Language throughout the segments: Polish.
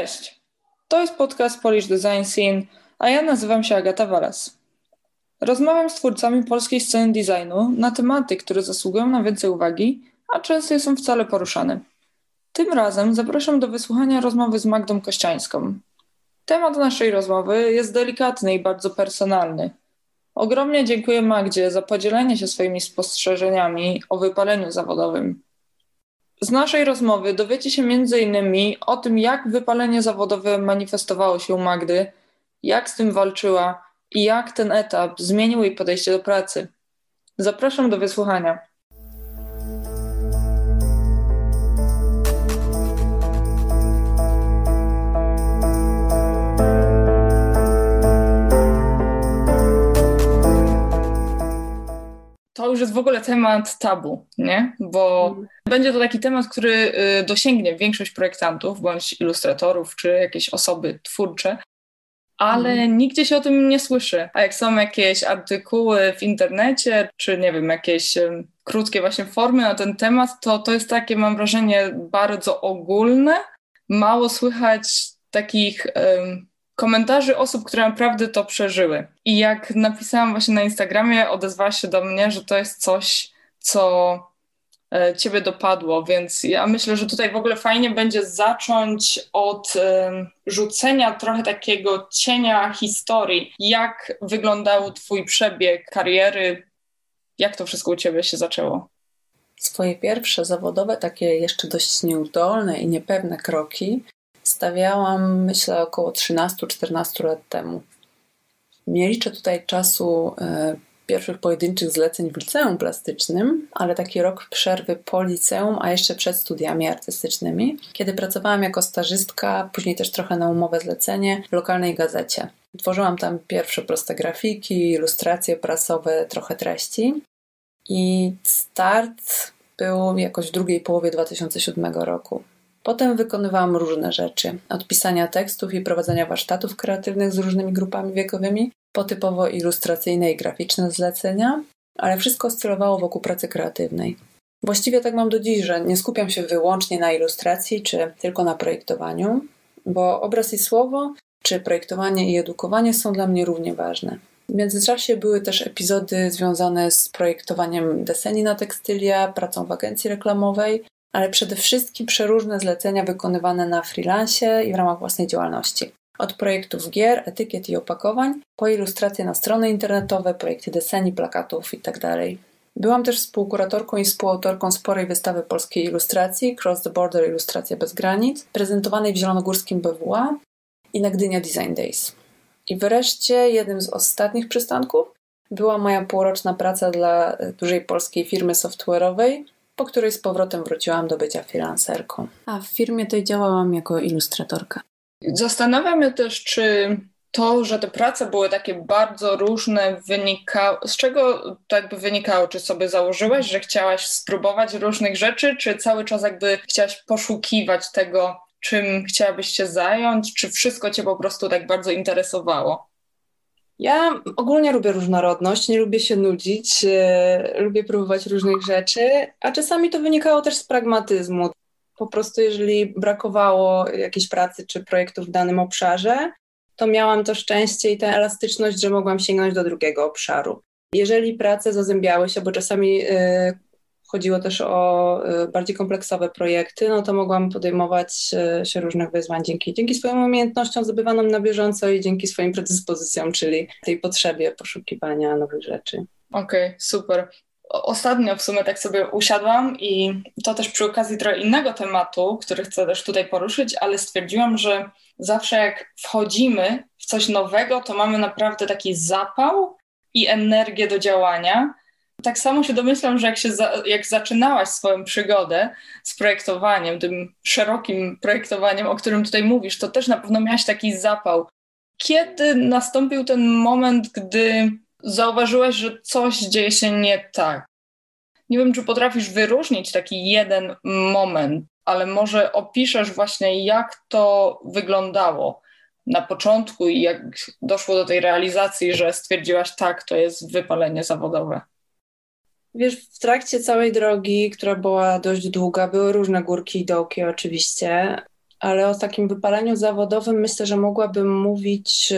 Cześć, to jest podcast Polish Design Scene, a ja nazywam się Agata Walas. Rozmawiam z twórcami polskiej sceny designu na tematy, które zasługują na więcej uwagi, a często nie są wcale poruszane. Tym razem zapraszam do wysłuchania rozmowy z Magdą Kościańską. Temat naszej rozmowy jest delikatny i bardzo personalny. Ogromnie dziękuję Magdzie za podzielenie się swoimi spostrzeżeniami o wypaleniu zawodowym. Z naszej rozmowy dowiecie się m.in. o tym, jak wypalenie zawodowe manifestowało się u Magdy, jak z tym walczyła i jak ten etap zmienił jej podejście do pracy. Zapraszam do wysłuchania. To już jest w ogóle temat tabu, nie? Bo będzie to taki temat, który dosięgnie większość projektantów, bądź ilustratorów, czy jakieś osoby twórcze, ale nigdzie się o tym nie słyszy. A jak są jakieś artykuły w internecie, czy nie wiem, jakieś krótkie właśnie formy na ten temat, to jest takie, mam wrażenie, bardzo ogólne. Mało słychać takich komentarzy osób, które naprawdę to przeżyły. I jak napisałam właśnie na Instagramie, odezwała się do mnie, że to jest coś, co ciebie dopadło, więc ja myślę, że tutaj w ogóle fajnie będzie zacząć od rzucenia trochę takiego cienia historii. Jak wyglądał twój przebieg kariery? Jak to wszystko u ciebie się zaczęło? Swoje pierwsze zawodowe, takie jeszcze dość nieudolne i niepewne kroki stawiałam, myślę, około 13-14 lat temu. Nie liczę tutaj czasu pierwszych pojedynczych zleceń w liceum plastycznym, ale taki rok przerwy po liceum, a jeszcze przed studiami artystycznymi, kiedy pracowałam jako stażystka, później też trochę na umowę zlecenie w lokalnej gazecie. Tworzyłam tam pierwsze proste grafiki, ilustracje prasowe, trochę treści i start był jakoś w drugiej połowie 2007 roku. Potem wykonywałam różne rzeczy, od pisania tekstów i prowadzenia warsztatów kreatywnych z różnymi grupami wiekowymi, po typowo ilustracyjne i graficzne zlecenia, ale wszystko oscylowało wokół pracy kreatywnej. Właściwie tak mam do dziś, że nie skupiam się wyłącznie na ilustracji czy tylko na projektowaniu, bo obraz i słowo, czy projektowanie i edukowanie są dla mnie równie ważne. W międzyczasie były też epizody związane z projektowaniem deseni na tekstylia, pracą w agencji reklamowej, ale przede wszystkim przeróżne zlecenia wykonywane na freelancie i w ramach własnej działalności. Od projektów gier, etykiet i opakowań, po ilustracje na strony internetowe, projekty deseni, plakatów itd. Byłam też współkuratorką i współautorką sporej wystawy polskiej ilustracji Cross the Border Ilustracja bez granic, prezentowanej w zielonogórskim BWA i na Gdynia Design Days. I wreszcie jednym z ostatnich przystanków była moja półroczna praca dla dużej polskiej firmy software'owej, po której z powrotem wróciłam do bycia freelancerką. A w firmie tej działałam jako ilustratorka. Zastanawiam się też, czy to, że te prace były takie bardzo różne, z czego to jakby wynikało? Czy sobie założyłaś, że chciałaś spróbować różnych rzeczy, czy cały czas jakby chciałaś poszukiwać tego, czym chciałabyś się zająć, czy wszystko cię po prostu tak bardzo interesowało? Ja ogólnie lubię różnorodność, nie lubię się nudzić, lubię próbować różnych rzeczy, a czasami to wynikało też z pragmatyzmu. Po prostu jeżeli brakowało jakiejś pracy czy projektu w danym obszarze, to miałam to szczęście i tę elastyczność, że mogłam sięgnąć do drugiego obszaru. Jeżeli prace zazębiały się, bo czasami chodziło też o bardziej kompleksowe projekty, no to mogłam podejmować się różnych wyzwań dzięki swoim umiejętnościom zdobywanym na bieżąco i dzięki swoim predyspozycjom, czyli tej potrzebie poszukiwania nowych rzeczy. Okej, super. Ostatnio w sumie tak sobie usiadłam i to też przy okazji trochę innego tematu, który chcę też tutaj poruszyć, ale stwierdziłam, że zawsze jak wchodzimy w coś nowego, to mamy naprawdę taki zapał i energię do działania. Tak samo się domyślam, że jak zaczynałaś swoją przygodę z projektowaniem, tym szerokim projektowaniem, o którym tutaj mówisz, to też na pewno miałaś taki zapał. Kiedy nastąpił ten moment, gdy zauważyłaś, że coś dzieje się nie tak? Nie wiem, czy potrafisz wyróżnić taki jeden moment, ale może opiszesz właśnie, jak to wyglądało na początku i jak doszło do tej realizacji, że stwierdziłaś, tak, to jest wypalenie zawodowe. Wiesz, w trakcie całej drogi, która była dość długa, były różne górki i dołki oczywiście, ale o takim wypaleniu zawodowym myślę, że mogłabym mówić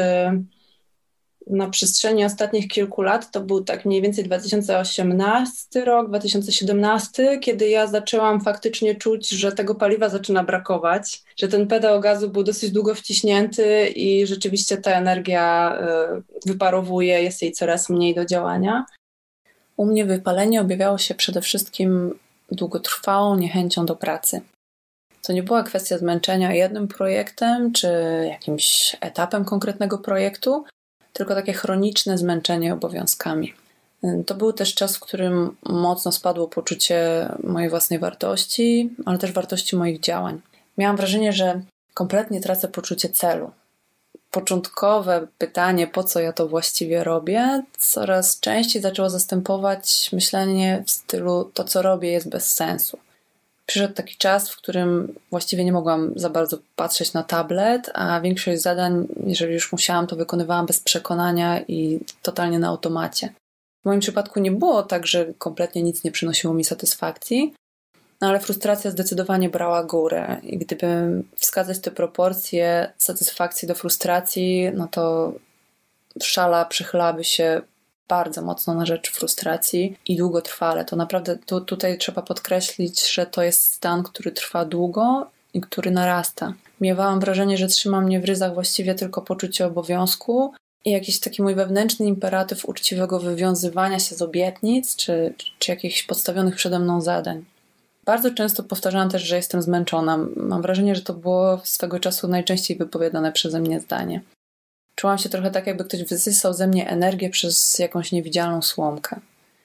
na przestrzeni ostatnich kilku lat. To był tak mniej więcej 2018 rok, 2017, kiedy ja zaczęłam faktycznie czuć, że tego paliwa zaczyna brakować, że ten pedał gazu był dosyć długo wciśnięty i rzeczywiście ta energia wyparowuje, jest jej coraz mniej do działania. U mnie wypalenie objawiało się przede wszystkim długotrwałą niechęcią do pracy. To nie była kwestia zmęczenia jednym projektem czy jakimś etapem konkretnego projektu, tylko takie chroniczne zmęczenie obowiązkami. To był też czas, w którym mocno spadło poczucie mojej własnej wartości, ale też wartości moich działań. Miałam wrażenie, że kompletnie tracę poczucie celu. Początkowe pytanie, po co ja to właściwie robię, coraz częściej zaczęło zastępować myślenie w stylu to, co robię, jest bez sensu. Przyszedł taki czas, w którym właściwie nie mogłam za bardzo patrzeć na tablet, a większość zadań, jeżeli już musiałam, to wykonywałam bez przekonania i totalnie na automacie. W moim przypadku nie było tak, że kompletnie nic nie przynosiło mi satysfakcji, no ale frustracja zdecydowanie brała górę i gdyby wskazać te proporcje satysfakcji do frustracji, no to szala przechylałaby się bardzo mocno na rzecz frustracji i długotrwale. To naprawdę tutaj trzeba podkreślić, że to jest stan, który trwa długo i który narasta. Miewałam wrażenie, że trzyma mnie w ryzach właściwie tylko poczucie obowiązku i jakiś taki mój wewnętrzny imperatyw uczciwego wywiązywania się z obietnic czy jakichś postawionych przede mną zadań. Bardzo często powtarzałam też, że jestem zmęczona. Mam wrażenie, że to było swego czasu najczęściej wypowiadane przeze mnie zdanie. Czułam się trochę tak, jakby ktoś wysysał ze mnie energię przez jakąś niewidzialną słomkę.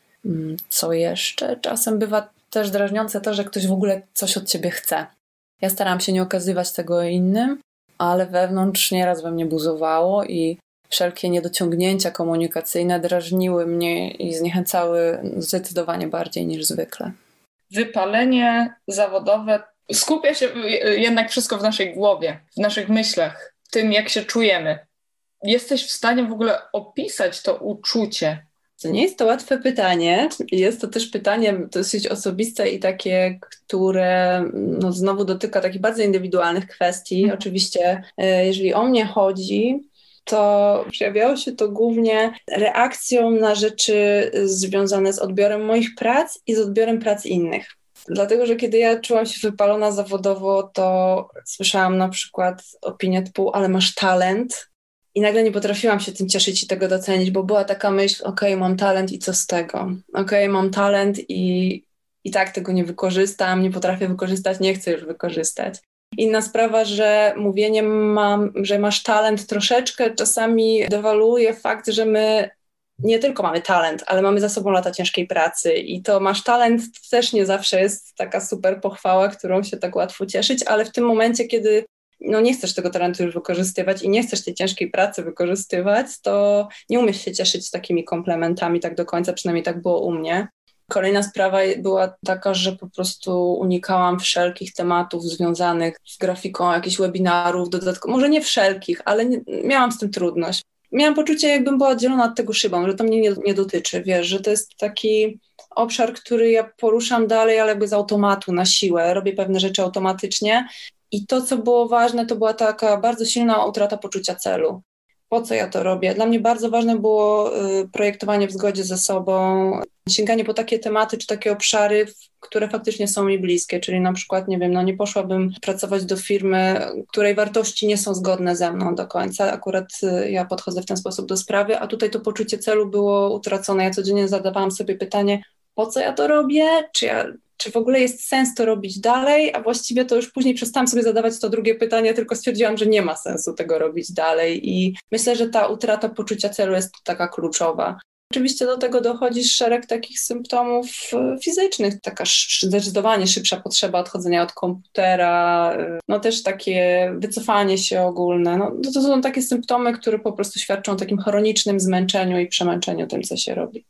Co jeszcze? Czasem bywa też drażniące to, że ktoś w ogóle coś od ciebie chce. Ja starałam się nie okazywać tego innym, ale wewnątrz nieraz we mnie buzowało i wszelkie niedociągnięcia komunikacyjne drażniły mnie i zniechęcały zdecydowanie bardziej niż zwykle. Wypalenie zawodowe skupia się jednak wszystko w naszej głowie, w naszych myślach, w tym jak się czujemy. Jesteś w stanie w ogóle opisać to uczucie? To nie jest to łatwe pytanie. Jest to też pytanie dosyć osobiste i takie, które znowu dotyka takich bardzo indywidualnych kwestii. Oczywiście, jeżeli o mnie chodzi, to przejawiało się to głównie reakcją na rzeczy związane z odbiorem moich prac i z odbiorem prac innych. Dlatego, że kiedy ja czułam się wypalona zawodowo, to słyszałam na przykład opinię typu, ale masz talent. I nagle nie potrafiłam się tym cieszyć i tego docenić, bo była taka myśl, okej, mam talent i co z tego? Okej, mam talent i tak tego nie wykorzystam, nie potrafię wykorzystać, nie chcę już wykorzystać. Inna sprawa, że mówienie że masz talent troszeczkę czasami dewaluuje fakt, że my nie tylko mamy talent, ale mamy za sobą lata ciężkiej pracy i to masz talent też nie zawsze jest taka super pochwała, którą się tak łatwo cieszyć, ale w tym momencie, kiedy nie chcesz tego talentu już wykorzystywać i nie chcesz tej ciężkiej pracy wykorzystywać, to nie umiesz się cieszyć takimi komplementami tak do końca, przynajmniej tak było u mnie. Kolejna sprawa była taka, że po prostu unikałam wszelkich tematów związanych z grafiką, jakichś webinarów, może nie wszelkich, ale miałam z tym trudność. Miałam poczucie, jakbym była oddzielona od tego szybą, że to mnie nie dotyczy, wiesz, że to jest taki obszar, który ja poruszam dalej, ale jakby z automatu, na siłę, robię pewne rzeczy automatycznie. I to, co było ważne, to była taka bardzo silna utrata poczucia celu. Po co ja to robię? Dla mnie bardzo ważne było projektowanie w zgodzie ze sobą, sięganie po takie tematy czy takie obszary, które faktycznie są mi bliskie, czyli na przykład, nie wiem, nie poszłabym pracować do firmy, której wartości nie są zgodne ze mną do końca. Akurat ja podchodzę w ten sposób do sprawy, a tutaj to poczucie celu było utracone. Ja codziennie zadawałam sobie pytanie, po co ja to robię? Czy w ogóle jest sens to robić dalej, a właściwie to już później przestałam sobie zadawać to drugie pytanie, tylko stwierdziłam, że nie ma sensu tego robić dalej i myślę, że ta utrata poczucia celu jest taka kluczowa. Oczywiście do tego dochodzi szereg takich symptomów fizycznych, taka zdecydowanie szybsza potrzeba odchodzenia od komputera, też takie wycofanie się ogólne. To są takie symptomy, które po prostu świadczą o takim chronicznym zmęczeniu i przemęczeniu tym, co się robi.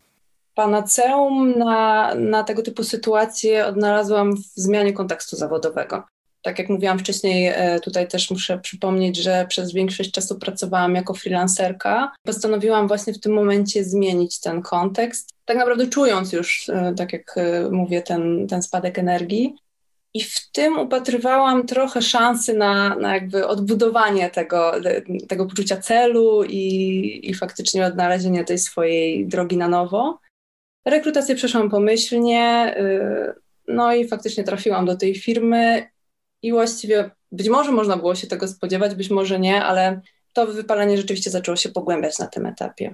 Panaceum na tego typu sytuacje odnalazłam w zmianie kontekstu zawodowego. Tak jak mówiłam wcześniej, tutaj też muszę przypomnieć, że przez większość czasu pracowałam jako freelancerka. Postanowiłam właśnie w tym momencie zmienić ten kontekst, tak naprawdę czując już, tak jak mówię, ten spadek energii. I w tym upatrywałam trochę szansy na jakby odbudowanie tego poczucia celu i faktycznie odnalezienie tej swojej drogi na nowo. Rekrutację przeszłam pomyślnie, no i faktycznie trafiłam do tej firmy i właściwie być może można było się tego spodziewać, być może nie, ale to wypalenie rzeczywiście zaczęło się pogłębiać na tym etapie.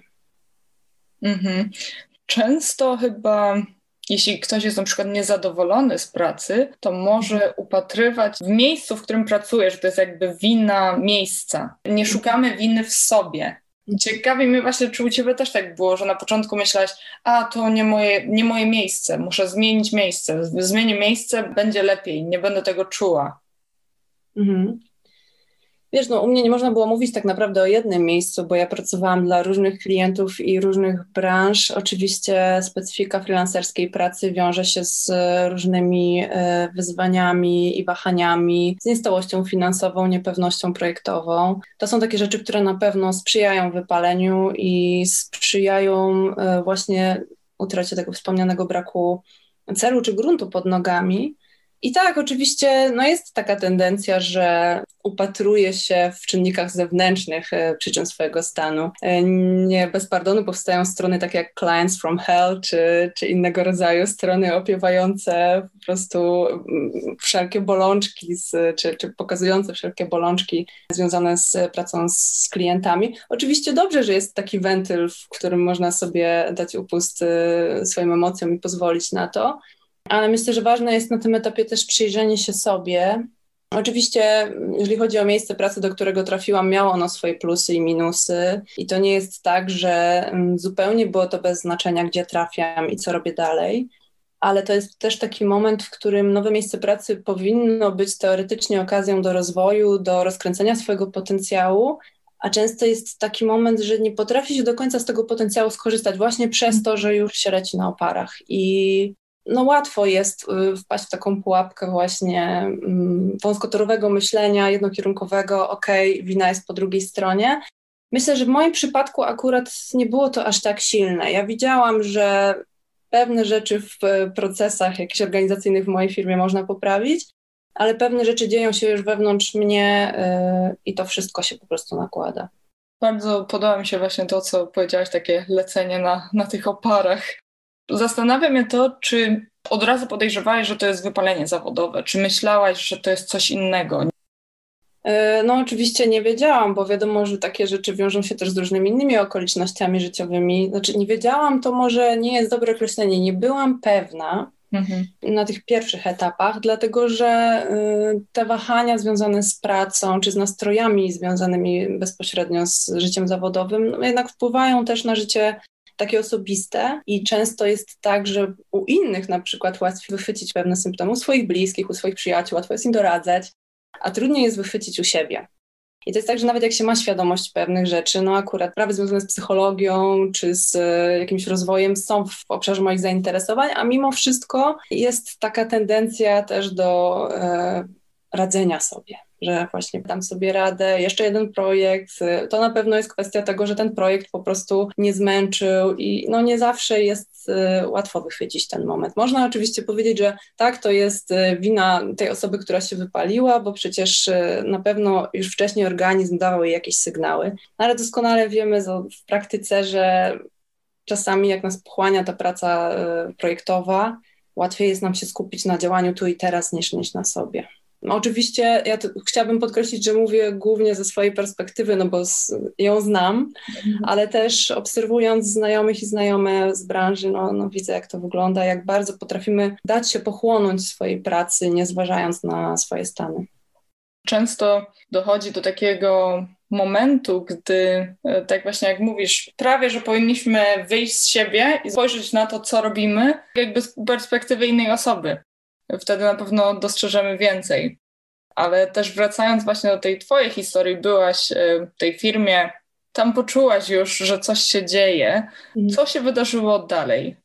Mhm. Często chyba, jeśli ktoś jest na przykład niezadowolony z pracy, to może upatrywać w miejscu, w którym pracuje, że to jest jakby wina miejsca. Nie szukamy winy w sobie. Ciekawi mnie właśnie, czy u ciebie też tak było, że na początku myślałaś, to nie moje miejsce, muszę zmienić miejsce. Zmienię miejsce, będzie lepiej, nie będę tego czuła. Mhm. Wiesz, u mnie nie można było mówić tak naprawdę o jednym miejscu, bo ja pracowałam dla różnych klientów i różnych branż. Oczywiście specyfika freelancerskiej pracy wiąże się z różnymi wyzwaniami i wahaniami, z niestałością finansową, niepewnością projektową. To są takie rzeczy, które na pewno sprzyjają wypaleniu i sprzyjają właśnie utracie tego wspomnianego braku celu czy gruntu pod nogami. I tak, oczywiście jest taka tendencja, że upatruje się w czynnikach zewnętrznych przyczyn swojego stanu. Nie bez pardonu powstają strony takie jak Clients from Hell, czy innego rodzaju strony opiewające po prostu wszelkie bolączki, czy pokazujące wszelkie bolączki związane z pracą z klientami. Oczywiście dobrze, że jest taki wentyl, w którym można sobie dać upust swoim emocjom i pozwolić na to. Ale myślę, że ważne jest na tym etapie też przyjrzenie się sobie. Oczywiście, jeżeli chodzi o miejsce pracy, do którego trafiłam, miało ono swoje plusy i minusy. I to nie jest tak, że zupełnie było to bez znaczenia, gdzie trafiam i co robię dalej. Ale to jest też taki moment, w którym nowe miejsce pracy powinno być teoretycznie okazją do rozwoju, do rozkręcenia swojego potencjału, a często jest taki moment, że nie potrafi się do końca z tego potencjału skorzystać właśnie przez to, że już się leci na oparach. I łatwo jest wpaść w taką pułapkę właśnie wąskotorowego myślenia, jednokierunkowego, wina jest po drugiej stronie. Myślę, że w moim przypadku akurat nie było to aż tak silne. Ja widziałam, że pewne rzeczy w procesach jakichś organizacyjnych w mojej firmie można poprawić, ale pewne rzeczy dzieją się już wewnątrz mnie i to wszystko się po prostu nakłada. Bardzo podoba mi się właśnie to, co powiedziałaś, takie lecenie na tych oparach. Zastanawia mnie to, czy od razu podejrzewałaś, że to jest wypalenie zawodowe, czy myślałaś, że to jest coś innego? Oczywiście nie wiedziałam, bo wiadomo, że takie rzeczy wiążą się też z różnymi innymi okolicznościami życiowymi. Znaczy nie wiedziałam, to może nie jest dobre określenie, nie byłam pewna na tych pierwszych etapach, dlatego że te wahania związane z pracą czy z nastrojami związanymi bezpośrednio z życiem zawodowym jednak wpływają też na życie takie osobiste i często jest tak, że u innych na przykład łatwiej wychwycić pewne symptomy, u swoich bliskich, u swoich przyjaciół, łatwo jest im doradzać, a trudniej jest wychwycić u siebie. I to jest tak, że nawet jak się ma świadomość pewnych rzeczy, akurat sprawy związane z psychologią czy z jakimś rozwojem są w obszarze moich zainteresowań, a mimo wszystko jest taka tendencja też do radzenia sobie, że właśnie dam sobie radę, jeszcze jeden projekt, to na pewno jest kwestia tego, że ten projekt po prostu nie zmęczył i nie zawsze jest łatwo wychwycić ten moment. Można oczywiście powiedzieć, że tak, to jest wina tej osoby, która się wypaliła, bo przecież na pewno już wcześniej organizm dawał jej jakieś sygnały, ale doskonale wiemy w praktyce, że czasami jak nas pochłania ta praca projektowa, łatwiej jest nam się skupić na działaniu tu i teraz niż na sobie. Oczywiście ja chciałabym podkreślić, że mówię głównie ze swojej perspektywy, bo ją znam, ale też obserwując znajomych i znajome z branży, widzę jak to wygląda, jak bardzo potrafimy dać się pochłonąć swojej pracy, nie zważając na swoje stany. Często dochodzi do takiego momentu, gdy, tak właśnie jak mówisz, prawie, że powinniśmy wyjść z siebie i spojrzeć na to, co robimy, jakby z perspektywy innej osoby. Wtedy na pewno dostrzeżemy więcej. Ale też wracając właśnie do tej twojej historii, byłaś w tej firmie, tam poczułaś już, że coś się dzieje. Co się wydarzyło dalej?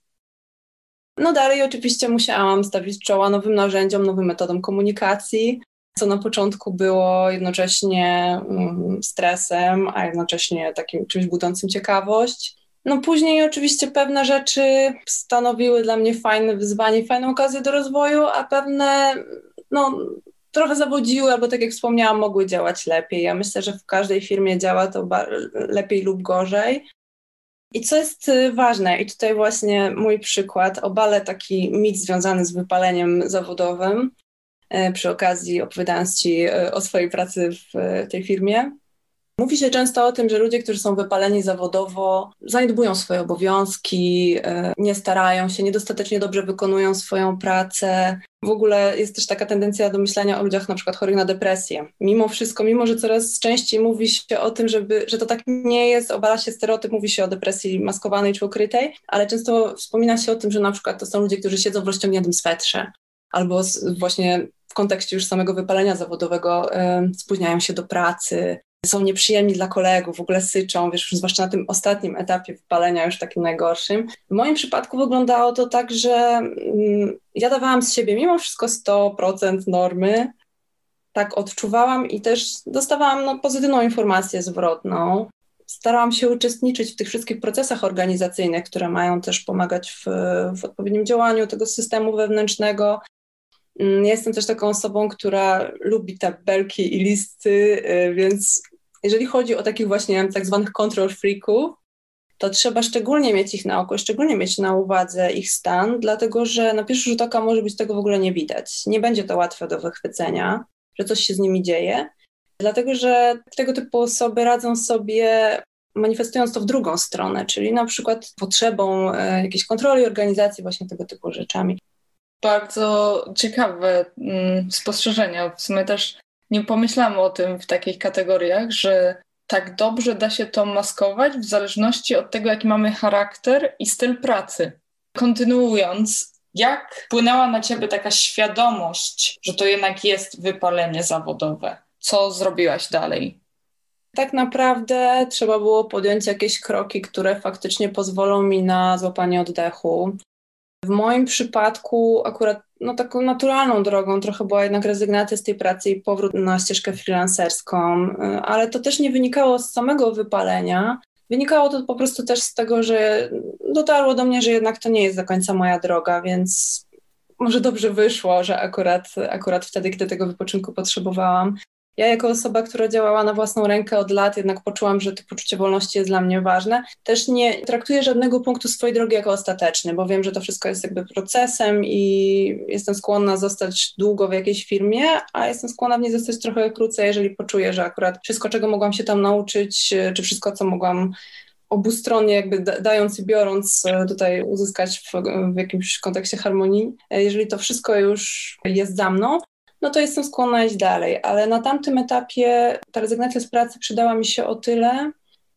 Dalej oczywiście musiałam stawić czoła nowym narzędziom, nowym metodom komunikacji, co na początku było jednocześnie stresem, a jednocześnie takim czymś budzącym ciekawość. Później oczywiście pewne rzeczy stanowiły dla mnie fajne wyzwanie, fajną okazję do rozwoju, a pewne no, trochę zawodziły, albo tak jak wspomniałam, mogły działać lepiej. Ja myślę, że w każdej firmie działa to lepiej lub gorzej. I co jest ważne, i tutaj właśnie mój przykład, obalę taki mit związany z wypaleniem zawodowym, przy okazji opowiadając Ci o swojej pracy w tej firmie. Mówi się często o tym, że ludzie, którzy są wypaleni zawodowo, zaniedbują swoje obowiązki, nie starają się, niedostatecznie dobrze wykonują swoją pracę. W ogóle jest też taka tendencja do myślenia o ludziach na przykład chorych na depresję. Mimo wszystko, mimo że coraz częściej mówi się o tym, że to tak nie jest, obala się stereotyp, mówi się o depresji maskowanej czy ukrytej, ale często wspomina się o tym, że na przykład to są ludzie, którzy siedzą w rozciągniętym swetrze albo właśnie w kontekście już samego wypalenia zawodowego spóźniają się do pracy, są nieprzyjemni dla kolegów, w ogóle syczą, wiesz, zwłaszcza na tym ostatnim etapie wypalenia, już takim najgorszym. W moim przypadku wyglądało to tak, że ja dawałam z siebie mimo wszystko 100% normy, tak odczuwałam i też dostawałam pozytywną informację zwrotną. Starałam się uczestniczyć w tych wszystkich procesach organizacyjnych, które mają też pomagać w odpowiednim działaniu tego systemu wewnętrznego. Jestem też taką osobą, która lubi tabelki i listy, więc jeżeli chodzi o takich właśnie tak zwanych control freaków, to trzeba szczególnie mieć ich na oku, szczególnie mieć na uwadze ich stan, dlatego że na pierwszy rzut oka może być tego w ogóle nie widać. Nie będzie to łatwe do wychwycenia, że coś się z nimi dzieje, dlatego że tego typu osoby radzą sobie manifestując to w drugą stronę, czyli na przykład potrzebą jakiejś kontroli organizacji, właśnie tego typu rzeczami. Bardzo ciekawe spostrzeżenia. W sumie też nie pomyślałam o tym w takich kategoriach, że tak dobrze da się to maskować w zależności od tego, jaki mamy charakter i styl pracy. Kontynuując, jak wpłynęła na Ciebie taka świadomość, że to jednak jest wypalenie zawodowe? Co zrobiłaś dalej? Tak naprawdę trzeba było podjąć jakieś kroki, które faktycznie pozwolą mi na złapanie oddechu. W moim przypadku akurat taką naturalną drogą trochę była jednak rezygnacja z tej pracy i powrót na ścieżkę freelancerską, ale to też nie wynikało z samego wypalenia. Wynikało to po prostu też z tego, że dotarło do mnie, że jednak to nie jest do końca moja droga, więc może dobrze wyszło, że akurat wtedy, gdy tego wypoczynku potrzebowałam. Ja jako osoba, która działała na własną rękę od lat, jednak poczułam, że to poczucie wolności jest dla mnie ważne. Też nie traktuję żadnego punktu swojej drogi jako ostateczny, bo wiem, że to wszystko jest jakby procesem i jestem skłonna zostać długo w jakiejś firmie, a jestem skłonna w niej zostać trochę krócej, jeżeli poczuję, że akurat wszystko, czego mogłam się tam nauczyć, czy wszystko, co mogłam obustronnie jakby dając i biorąc tutaj uzyskać w jakimś kontekście harmonii, jeżeli to wszystko już jest za mną, no to jestem skłonna iść dalej, ale na tamtym etapie ta rezygnacja z pracy przydała mi się o tyle,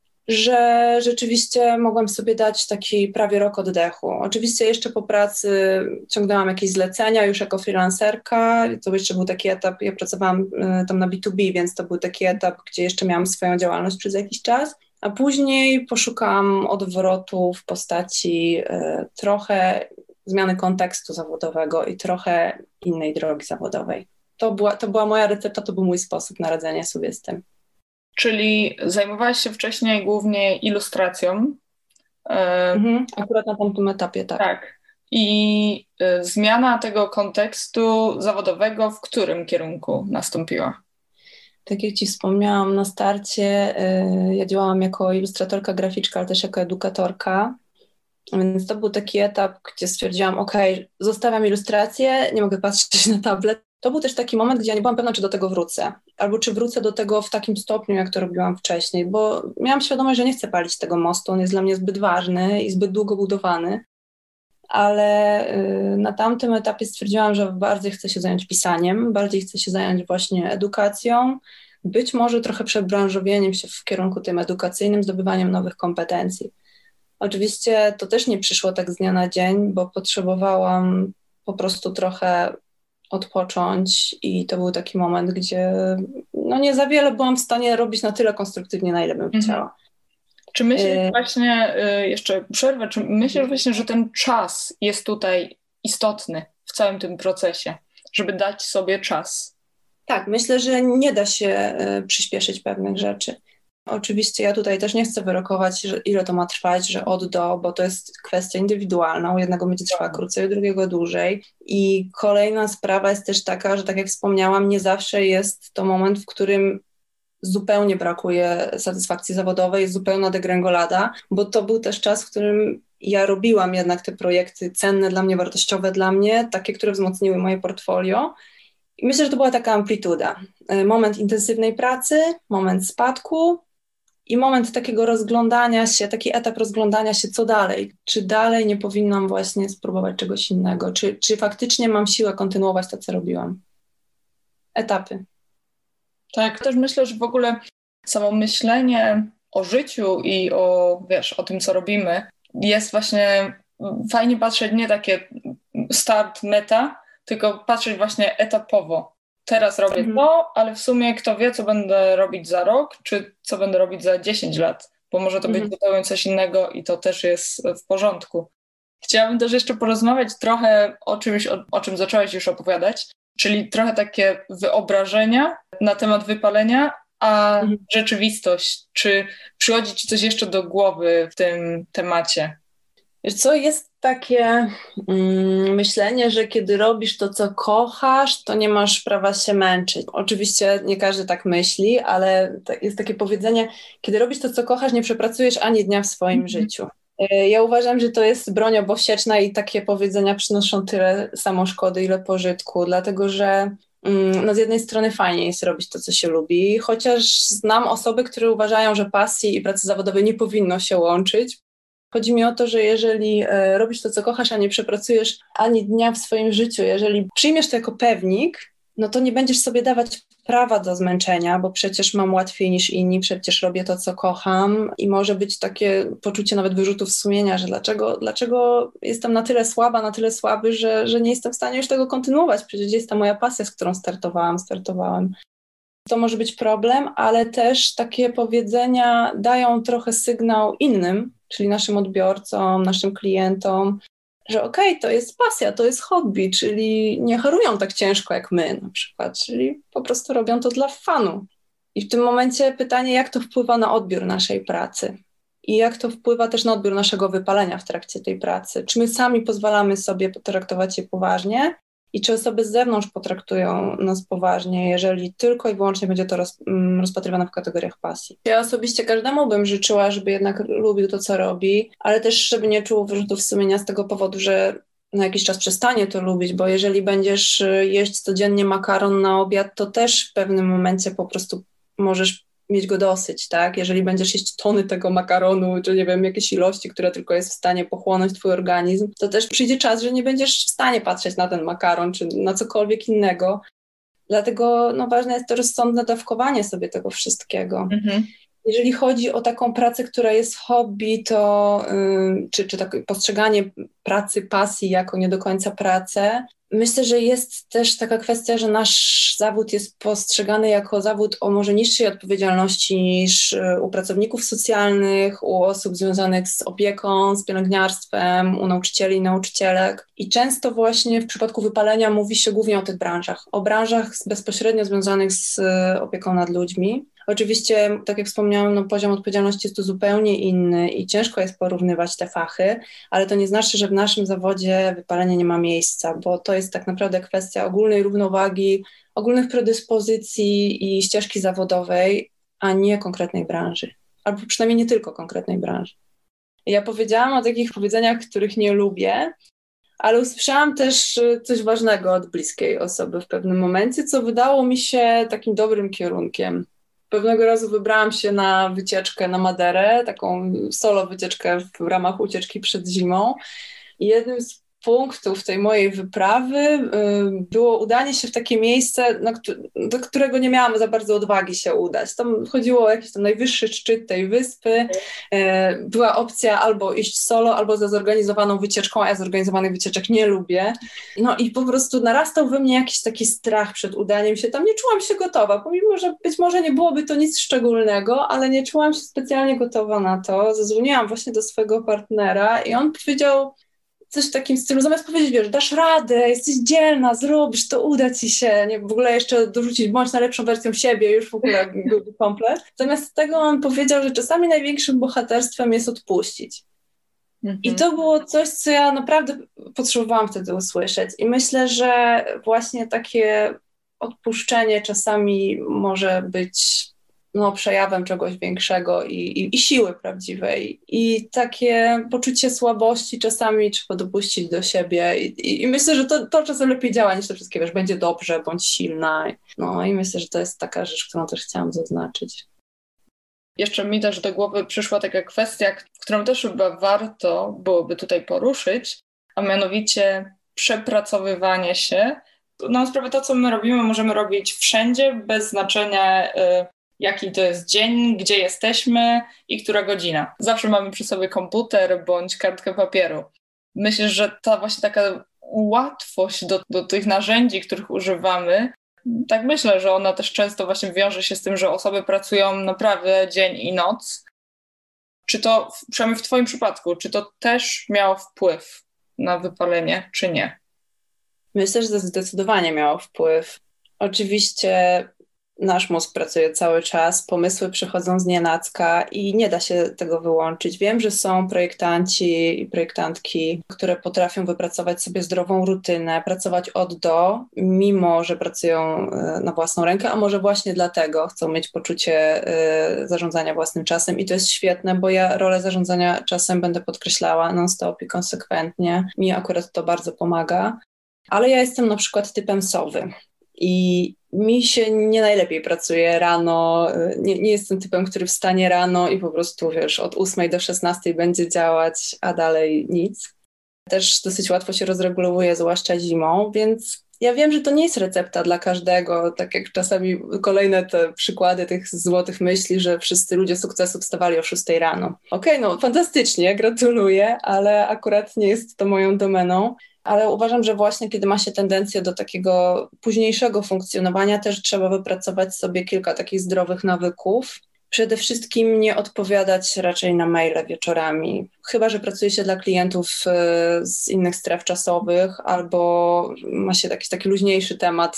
że rzeczywiście mogłam sobie dać taki prawie rok oddechu. Oczywiście jeszcze po pracy ciągnęłam jakieś zlecenia już jako freelancerka, to jeszcze był taki etap, ja pracowałam tam na B2B, więc to był taki etap, gdzie jeszcze miałam swoją działalność przez jakiś czas, a później poszukałam odwrotu w postaci trochę zmiany kontekstu zawodowego i trochę innej drogi zawodowej. To była moja recepta, to był mój sposób na radzenie sobie z tym. Czyli zajmowałaś się wcześniej głównie ilustracją. Akurat na tamtym etapie, tak. Tak. I zmiana tego kontekstu zawodowego w którym kierunku nastąpiła? Tak jak Ci wspomniałam na starcie, ja działałam jako ilustratorka graficzka, ale też jako edukatorka. Więc to był taki etap, gdzie stwierdziłam, zostawiam ilustrację, nie mogę patrzeć na tablet. To był też taki moment, gdzie ja nie byłam pewna, czy do tego wrócę. Albo czy wrócę do tego w takim stopniu, jak to robiłam wcześniej, bo miałam świadomość, że nie chcę palić tego mostu, on jest dla mnie zbyt ważny i zbyt długo budowany. Ale na tamtym etapie stwierdziłam, że bardziej chcę się zająć pisaniem, bardziej chcę się zająć właśnie edukacją, być może trochę przebranżowieniem się w kierunku tym edukacyjnym, zdobywaniem nowych kompetencji. Oczywiście to też nie przyszło tak z dnia na dzień, bo potrzebowałam po prostu trochę odpocząć i to był taki moment, gdzie nie za wiele byłam w stanie robić na tyle konstruktywnie, na ile bym chciała. Czy myślisz właśnie, jeszcze przerwę, czy myślisz właśnie, że ten czas jest tutaj istotny w całym tym procesie, żeby dać sobie czas? Tak, myślę, że nie da się przyspieszyć pewnych rzeczy. Oczywiście ja tutaj też nie chcę wyrokować, że ile to ma trwać, że od do, bo to jest kwestia indywidualna. U jednego będzie trwała krócej, u drugiego dłużej. I kolejna sprawa jest też taka, że tak jak wspomniałam, nie zawsze jest to moment, w którym zupełnie brakuje satysfakcji zawodowej, jest zupełna degrengolada, bo to był też czas, w którym ja robiłam jednak te projekty cenne dla mnie, wartościowe dla mnie, takie, które wzmocniły moje portfolio. I myślę, że to była taka amplituda. Moment intensywnej pracy, moment spadku i moment takiego rozglądania się, taki etap rozglądania się, co dalej. Czy dalej nie powinnam właśnie spróbować czegoś innego? Czy faktycznie mam siłę kontynuować to, co robiłam? Etapy. Tak, też myślę, że w ogóle samo myślenie o życiu i o tym, co robimy, jest właśnie fajnie patrzeć nie takie start, meta, tylko patrzeć właśnie etapowo. Teraz robię to, ale w sumie kto wie, co będę robić za rok, czy co będę robić za 10 lat, bo może to być zupełnie coś innego i to też jest w porządku. Chciałabym też jeszcze porozmawiać trochę o czymś, o czym zaczęłaś już opowiadać, czyli trochę takie wyobrażenia na temat wypalenia, a rzeczywistość. Czy przychodzi ci coś jeszcze do głowy w tym temacie? Wiesz co, jest takie myślenie, że kiedy robisz to, co kochasz, to nie masz prawa się męczyć. Oczywiście nie każdy tak myśli, ale jest takie powiedzenie, kiedy robisz to, co kochasz, nie przepracujesz ani dnia w swoim życiu. Ja uważam, że to jest broń obosieczna i takie powiedzenia przynoszą tyle samo szkody, ile pożytku, dlatego że no z jednej strony fajnie jest robić to, co się lubi, chociaż znam osoby, które uważają, że pasji i pracy zawodowej nie powinno się łączyć. Chodzi mi o to, że jeżeli robisz to, co kochasz, a nie przepracujesz ani dnia w swoim życiu, jeżeli przyjmiesz to jako pewnik, no to nie będziesz sobie dawać prawa do zmęczenia, bo przecież mam łatwiej niż inni, przecież robię to, co kocham i może być takie poczucie nawet wyrzutów sumienia, że dlaczego jestem na tyle słaba, na tyle słaby, że nie jestem w stanie już tego kontynuować. Przecież jest ta moja pasja, z którą startowałam. To może być problem, ale też takie powiedzenia dają trochę sygnał innym, czyli naszym odbiorcom, naszym klientom, że okej, to jest pasja, to jest hobby, czyli nie harują tak ciężko jak my na przykład, czyli po prostu robią to dla fanu. I w tym momencie pytanie, jak to wpływa na odbiór naszej pracy i jak to wpływa też na odbiór naszego wypalenia w trakcie tej pracy. Czy my sami pozwalamy sobie potraktować je poważnie i czy osoby z zewnątrz potraktują nas poważnie, jeżeli tylko i wyłącznie będzie to rozpatrywane w kategoriach pasji. Ja osobiście każdemu bym życzyła, żeby jednak lubił to, co robi, ale też żeby nie czuł wyrzutów sumienia z tego powodu, że na jakiś czas przestanie to lubić, bo jeżeli będziesz jeść codziennie makaron na obiad, to też w pewnym momencie po prostu możesz mieć go dosyć, tak? Jeżeli będziesz jeść tony tego makaronu, czy nie wiem, jakieś ilości, które tylko jest w stanie pochłonąć twój organizm, to też przyjdzie czas, że nie będziesz w stanie patrzeć na ten makaron, czy na cokolwiek innego. Dlatego ważne jest to rozsądne dawkowanie sobie tego wszystkiego. Jeżeli chodzi o taką pracę, która jest hobby, to czy takie postrzeganie pracy, pasji jako nie do końca pracę, myślę, że jest też taka kwestia, że nasz zawód jest postrzegany jako zawód o może niższej odpowiedzialności niż u pracowników socjalnych, u osób związanych z opieką, z pielęgniarstwem, u nauczycieli i nauczycielek. I często właśnie w przypadku wypalenia mówi się głównie o tych branżach, o branżach bezpośrednio związanych z opieką nad ludźmi. Oczywiście, tak jak wspomniałam, poziom odpowiedzialności jest tu zupełnie inny i ciężko jest porównywać te fachy, ale to nie znaczy, że w naszym zawodzie wypalenie nie ma miejsca, bo to jest tak naprawdę kwestia ogólnej równowagi, ogólnych predyspozycji i ścieżki zawodowej, a nie konkretnej branży, albo przynajmniej nie tylko konkretnej branży. Ja powiedziałam o takich powiedzeniach, których nie lubię, ale usłyszałam też coś ważnego od bliskiej osoby w pewnym momencie, co wydało mi się takim dobrym kierunkiem. Pewnego razu wybrałam się na wycieczkę na Maderę, taką solo wycieczkę w ramach ucieczki przed zimą. I jednym z punktów tej mojej wyprawy było udanie się w takie miejsce, do którego nie miałam za bardzo odwagi się udać. Tam chodziło o jakiś tam najwyższy szczyt tej wyspy. Była opcja albo iść solo, albo za zorganizowaną wycieczką, a ja zorganizowanych wycieczek nie lubię. No i po prostu narastał we mnie jakiś taki strach przed udaniem się. Tam nie czułam się gotowa, pomimo, że być może nie byłoby to nic szczególnego, ale nie czułam się specjalnie gotowa na to. Zadzwoniłam właśnie do swojego partnera i on powiedział: coś w takim stylu, zamiast powiedzieć, wiesz, dasz radę, jesteś dzielna, zrobisz to, uda ci się, nie, w ogóle jeszcze dorzucić, bądź najlepszą wersją siebie, już w ogóle komplet. Zamiast tego on powiedział, że czasami największym bohaterstwem jest odpuścić. I to było coś, co ja naprawdę potrzebowałam wtedy usłyszeć. I myślę, że właśnie takie odpuszczenie czasami może być przejawem czegoś większego i siły prawdziwej. I takie poczucie słabości czasami trzeba dopuścić do siebie. I myślę, że to czasem lepiej działa niż to wszystkie, wiesz, będzie dobrze, bądź silna. No i myślę, że to jest taka rzecz, którą też chciałam zaznaczyć. Jeszcze mi też do głowy przyszła taka kwestia, którą też chyba warto byłoby tutaj poruszyć, a mianowicie przepracowywanie się. Na sprawę to, co my robimy, możemy robić wszędzie, bez znaczenia jaki to jest dzień, gdzie jesteśmy i która godzina. Zawsze mamy przy sobie komputer bądź kartkę papieru. Myślę, że ta właśnie taka łatwość do tych narzędzi, których używamy, tak myślę, że ona też często właśnie wiąże się z tym, że osoby pracują naprawdę dzień i noc. Czy to, przynajmniej w twoim przypadku, czy to też miało wpływ na wypalenie, czy nie? Myślę, że to zdecydowanie miało wpływ. Oczywiście nasz mózg pracuje cały czas, pomysły przychodzą znienacka i nie da się tego wyłączyć. Wiem, że są projektanci i projektantki, które potrafią wypracować sobie zdrową rutynę, pracować od do, mimo że pracują na własną rękę, a może właśnie dlatego chcą mieć poczucie zarządzania własnym czasem i to jest świetne, bo ja rolę zarządzania czasem będę podkreślała non-stop i konsekwentnie. Mi akurat to bardzo pomaga, ale ja jestem na przykład typem sowy. I mi się nie najlepiej pracuje rano, nie jestem typem, który wstanie rano i po prostu, wiesz, od 8 do 16 będzie działać, a dalej nic. Też dosyć łatwo się rozregulowuje, zwłaszcza zimą, więc ja wiem, że to nie jest recepta dla każdego, tak jak czasami kolejne te przykłady tych złotych myśli, że wszyscy ludzie sukcesu wstawali o 6 rano. Okej, no fantastycznie, gratuluję, ale akurat nie jest to moją domeną. Ale uważam, że właśnie kiedy ma się tendencję do takiego późniejszego funkcjonowania, też trzeba wypracować sobie kilka takich zdrowych nawyków. Przede wszystkim nie odpowiadać raczej na maile wieczorami, chyba że pracuje się dla klientów z innych stref czasowych albo ma się taki luźniejszy temat,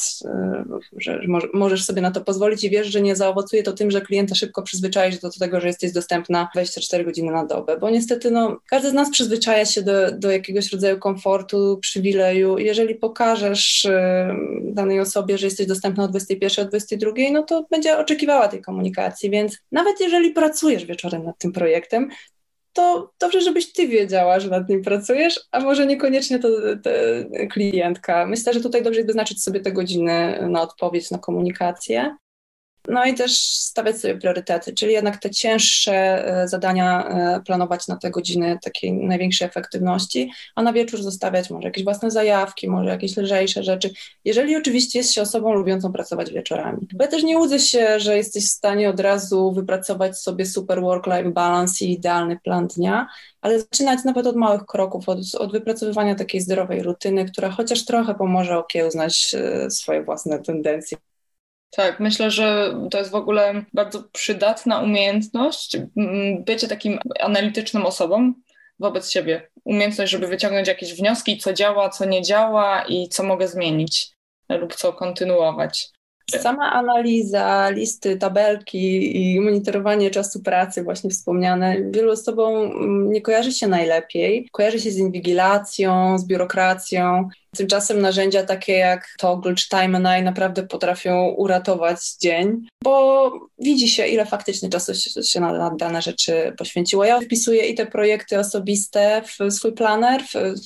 że możesz sobie na to pozwolić i wiesz, że nie zaowocuje to tym, że klienta szybko przyzwyczaisz do tego, że jesteś dostępna 24 godziny na dobę, bo niestety każdy z nas przyzwyczaja się do jakiegoś rodzaju komfortu, przywileju. Jeżeli pokażesz danej osobie, że jesteś dostępna o 21, o 22, no to będzie oczekiwała tej komunikacji, więc nawet jeżeli pracujesz wieczorem nad tym projektem, to dobrze, żebyś ty wiedziała, że nad nim pracujesz, a może niekoniecznie to klientka. Myślę, że tutaj dobrze jest wyznaczyć sobie te godziny na odpowiedź, na komunikację. No i też stawiać sobie priorytety, czyli jednak te cięższe zadania planować na te godziny takiej największej efektywności, a na wieczór zostawiać może jakieś własne zajawki, może jakieś lżejsze rzeczy, jeżeli oczywiście jest się osobą lubiącą pracować wieczorami. Bo ja też nie łudzę się, że jesteś w stanie od razu wypracować sobie super work-life balance i idealny plan dnia, ale zaczynać nawet od małych kroków, od wypracowywania takiej zdrowej rutyny, która chociaż trochę pomoże okiełznać swoje własne tendencje. Tak, myślę, że to jest w ogóle bardzo przydatna umiejętność bycie takim analityczną osobą wobec siebie. Umiejętność, żeby wyciągnąć jakieś wnioski, co działa, co nie działa i co mogę zmienić lub co kontynuować. Sama analiza, listy, tabelki i monitorowanie czasu pracy właśnie wspomniane wielu osobom nie kojarzy się najlepiej. Kojarzy się z inwigilacją, z biurokracją. Tymczasem narzędzia takie jak Toggl czy Time and I naprawdę potrafią uratować dzień, bo widzi się, ile faktycznie czasu się na dane rzeczy poświęciło. Ja wpisuję i te projekty osobiste w swój planer,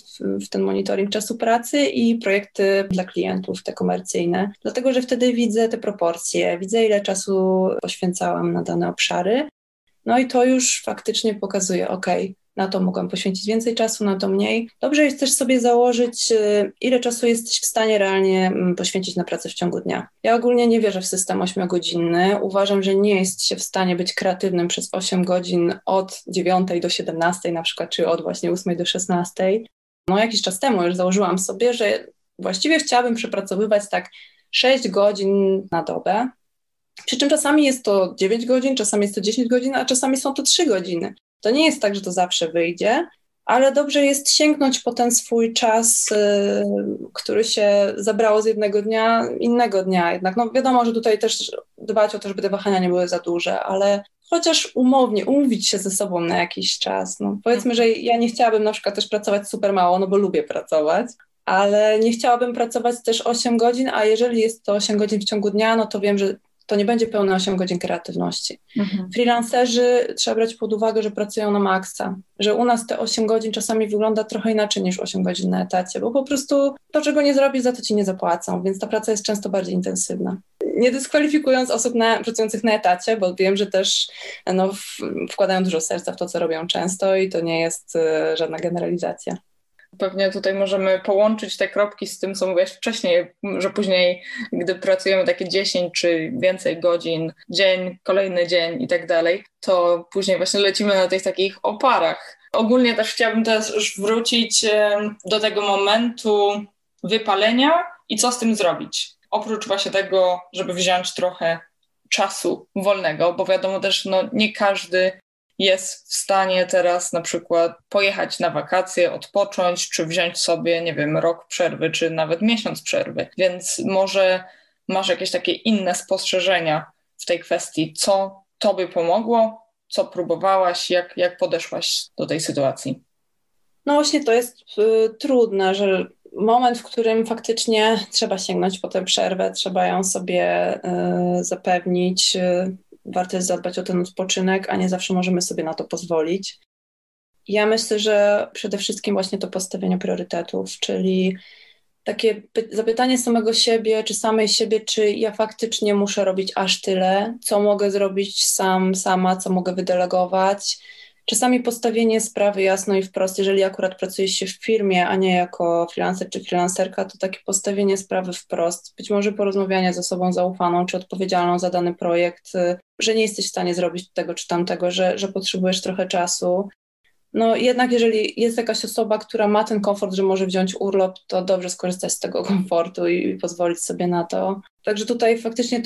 w ten monitoring czasu pracy i projekty dla klientów, te komercyjne, dlatego że wtedy widzę te proporcje, widzę, ile czasu poświęcałam na dane obszary. No i to już faktycznie pokazuje, na to mogłam poświęcić więcej czasu, na to mniej. Dobrze jest też sobie założyć, ile czasu jesteś w stanie realnie poświęcić na pracę w ciągu dnia. Ja ogólnie nie wierzę w system 8-godzinny. Uważam, że nie jest się w stanie być kreatywnym przez 8 godzin od 9 do 17 na przykład, czy od właśnie 8 do 16. Jakiś czas temu już założyłam sobie, że właściwie chciałabym przepracowywać tak 6 godzin na dobę. Przy czym czasami jest to 9 godzin, czasami jest to 10 godzin, a czasami są to 3 godziny. To nie jest tak, że to zawsze wyjdzie, ale dobrze jest sięgnąć po ten swój czas, który się zabrało z jednego dnia, innego dnia jednak. No wiadomo, że tutaj też dbać o to, żeby te wahania nie były za duże, ale chociaż umownie, umówić się ze sobą na jakiś czas. No, powiedzmy, że ja nie chciałabym na przykład też pracować super mało, no bo lubię pracować, ale nie chciałabym pracować też 8 godzin, a jeżeli jest to 8 godzin w ciągu dnia, no to wiem, że to nie będzie pełne 8 godzin kreatywności. Freelancerzy trzeba brać pod uwagę, że pracują na maksa, że u nas te 8 godzin czasami wygląda trochę inaczej niż 8 godzin na etacie, bo po prostu to, czego nie zrobisz, za to ci nie zapłacą, więc ta praca jest często bardziej intensywna. Nie dyskwalifikując osób pracujących na etacie, bo wiem, że też wkładają dużo serca w to, co robią często i to nie jest żadna generalizacja. Pewnie tutaj możemy połączyć te kropki z tym, co mówiłaś wcześniej, że później, gdy pracujemy takie 10 czy więcej godzin, dzień, kolejny dzień i tak dalej, to później właśnie lecimy na tych takich oparach. Ogólnie też chciałabym też wrócić do tego momentu wypalenia i co z tym zrobić. Oprócz właśnie tego, żeby wziąć trochę czasu wolnego, bo wiadomo też, nie każdy jest w stanie teraz na przykład pojechać na wakacje, odpocząć, czy wziąć sobie, nie wiem, rok przerwy, czy nawet miesiąc przerwy. Więc może masz jakieś takie inne spostrzeżenia w tej kwestii, co tobie pomogło, co próbowałaś, jak podeszłaś do tej sytuacji? No właśnie to jest trudne, że moment, w którym faktycznie trzeba sięgnąć po tę przerwę, trzeba ją sobie zapewnić. Warto jest zadbać o ten odpoczynek, a nie zawsze możemy sobie na to pozwolić. Ja myślę, że przede wszystkim właśnie to postawienie priorytetów, czyli takie zapytanie samego siebie, czy samej siebie, czy ja faktycznie muszę robić aż tyle, co mogę zrobić sama, co mogę wydelegować. Czasami postawienie sprawy jasno i wprost, jeżeli akurat pracuje się w firmie, a nie jako freelancer czy freelancerka, to takie postawienie sprawy wprost, być może porozmawianie z osobą zaufaną czy odpowiedzialną za dany projekt, że nie jesteś w stanie zrobić tego czy tamtego, że potrzebujesz trochę czasu. No jednak jeżeli jest jakaś osoba, która ma ten komfort, że może wziąć urlop, to dobrze skorzystać z tego komfortu i pozwolić sobie na to. Także tutaj faktycznie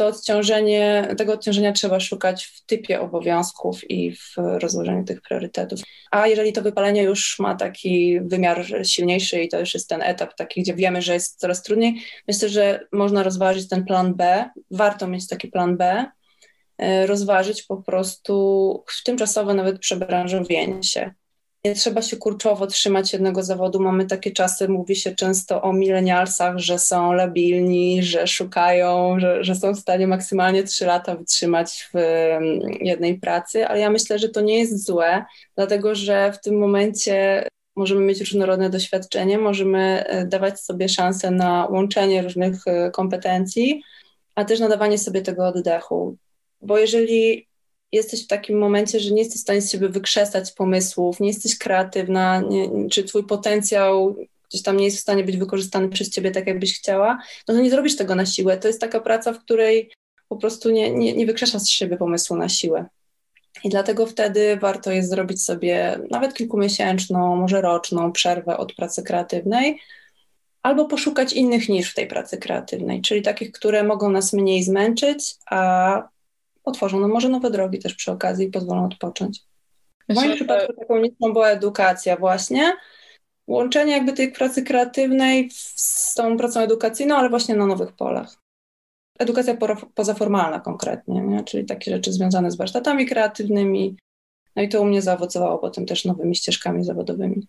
tego odciążenia trzeba szukać w typie obowiązków i w rozłożeniu tych priorytetów. A jeżeli to wypalenie już ma taki wymiar silniejszy i to już jest ten etap taki, gdzie wiemy, że jest coraz trudniej, myślę, że można rozważyć ten plan B. Warto mieć taki plan B, rozważyć po prostu tymczasowe nawet przebranżowienie się. Nie trzeba się kurczowo trzymać jednego zawodu. Mamy takie czasy, mówi się często o milenialsach, że są labilni, że szukają, że są w stanie maksymalnie 3 lata wytrzymać w jednej pracy, ale ja myślę, że to nie jest złe, dlatego że w tym momencie możemy mieć różnorodne doświadczenie, możemy dawać sobie szansę na łączenie różnych kompetencji, a też na dawanie sobie tego oddechu. Bo jeżeli jesteś w takim momencie, że nie jesteś w stanie z siebie wykrzesać pomysłów, nie jesteś kreatywna, czy twój potencjał gdzieś tam nie jest w stanie być wykorzystany przez ciebie tak, jakbyś chciała, no to nie zrobisz tego na siłę. To jest taka praca, w której po prostu nie wykrzeszasz z siebie pomysłu na siłę. I dlatego wtedy warto jest zrobić sobie nawet kilkumiesięczną, może roczną przerwę od pracy kreatywnej, albo poszukać innych nisz w tej pracy kreatywnej, czyli takich, które mogą nas mniej zmęczyć, a otworzą nam może nowe drogi też przy okazji i pozwolą odpocząć. W moim przypadku taką niszą była edukacja właśnie. Łączenie jakby tej pracy kreatywnej z tą pracą edukacyjną, ale właśnie na nowych polach. Edukacja pozaformalna konkretnie, nie? Czyli takie rzeczy związane z warsztatami kreatywnymi. No i to u mnie zaowocowało potem też nowymi ścieżkami zawodowymi.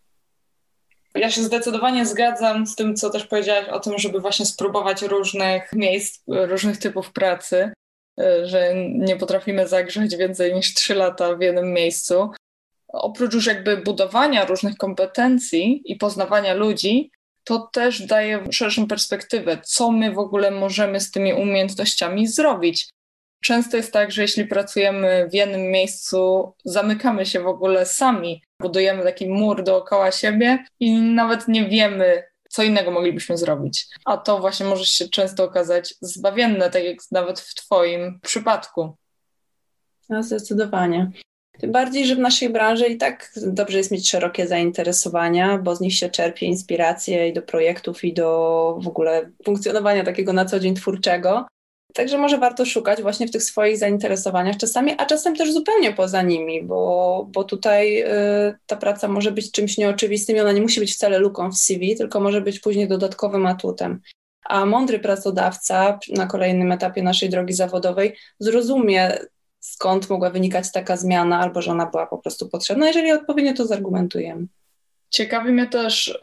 Ja się zdecydowanie zgadzam z tym, co też powiedziałaś o tym, żeby właśnie spróbować różnych miejsc, różnych typów pracy, że nie potrafimy zagrzeć więcej niż 3 lata w jednym miejscu. Oprócz już jakby budowania różnych kompetencji i poznawania ludzi, to też daje szerszą perspektywę, co my w ogóle możemy z tymi umiejętnościami zrobić. Często jest tak, że jeśli pracujemy w jednym miejscu, zamykamy się w ogóle sami, budujemy taki mur dookoła siebie i nawet nie wiemy, co innego moglibyśmy zrobić. A to właśnie może się często okazać zbawienne, tak jak nawet w twoim przypadku. No, zdecydowanie. Tym bardziej, że w naszej branży i tak dobrze jest mieć szerokie zainteresowania, bo z nich się czerpie inspiracje i do projektów, i do w ogóle funkcjonowania takiego na co dzień twórczego. Także może warto szukać właśnie w tych swoich zainteresowaniach czasami, a czasem też zupełnie poza nimi, bo tutaj ta praca może być czymś nieoczywistym i ona nie musi być wcale luką w CV, tylko może być później dodatkowym atutem. A mądry pracodawca na kolejnym etapie naszej drogi zawodowej zrozumie, skąd mogła wynikać taka zmiana, albo że ona była po prostu potrzebna, jeżeli odpowiednio to zargumentujemy. Ciekawi mnie też,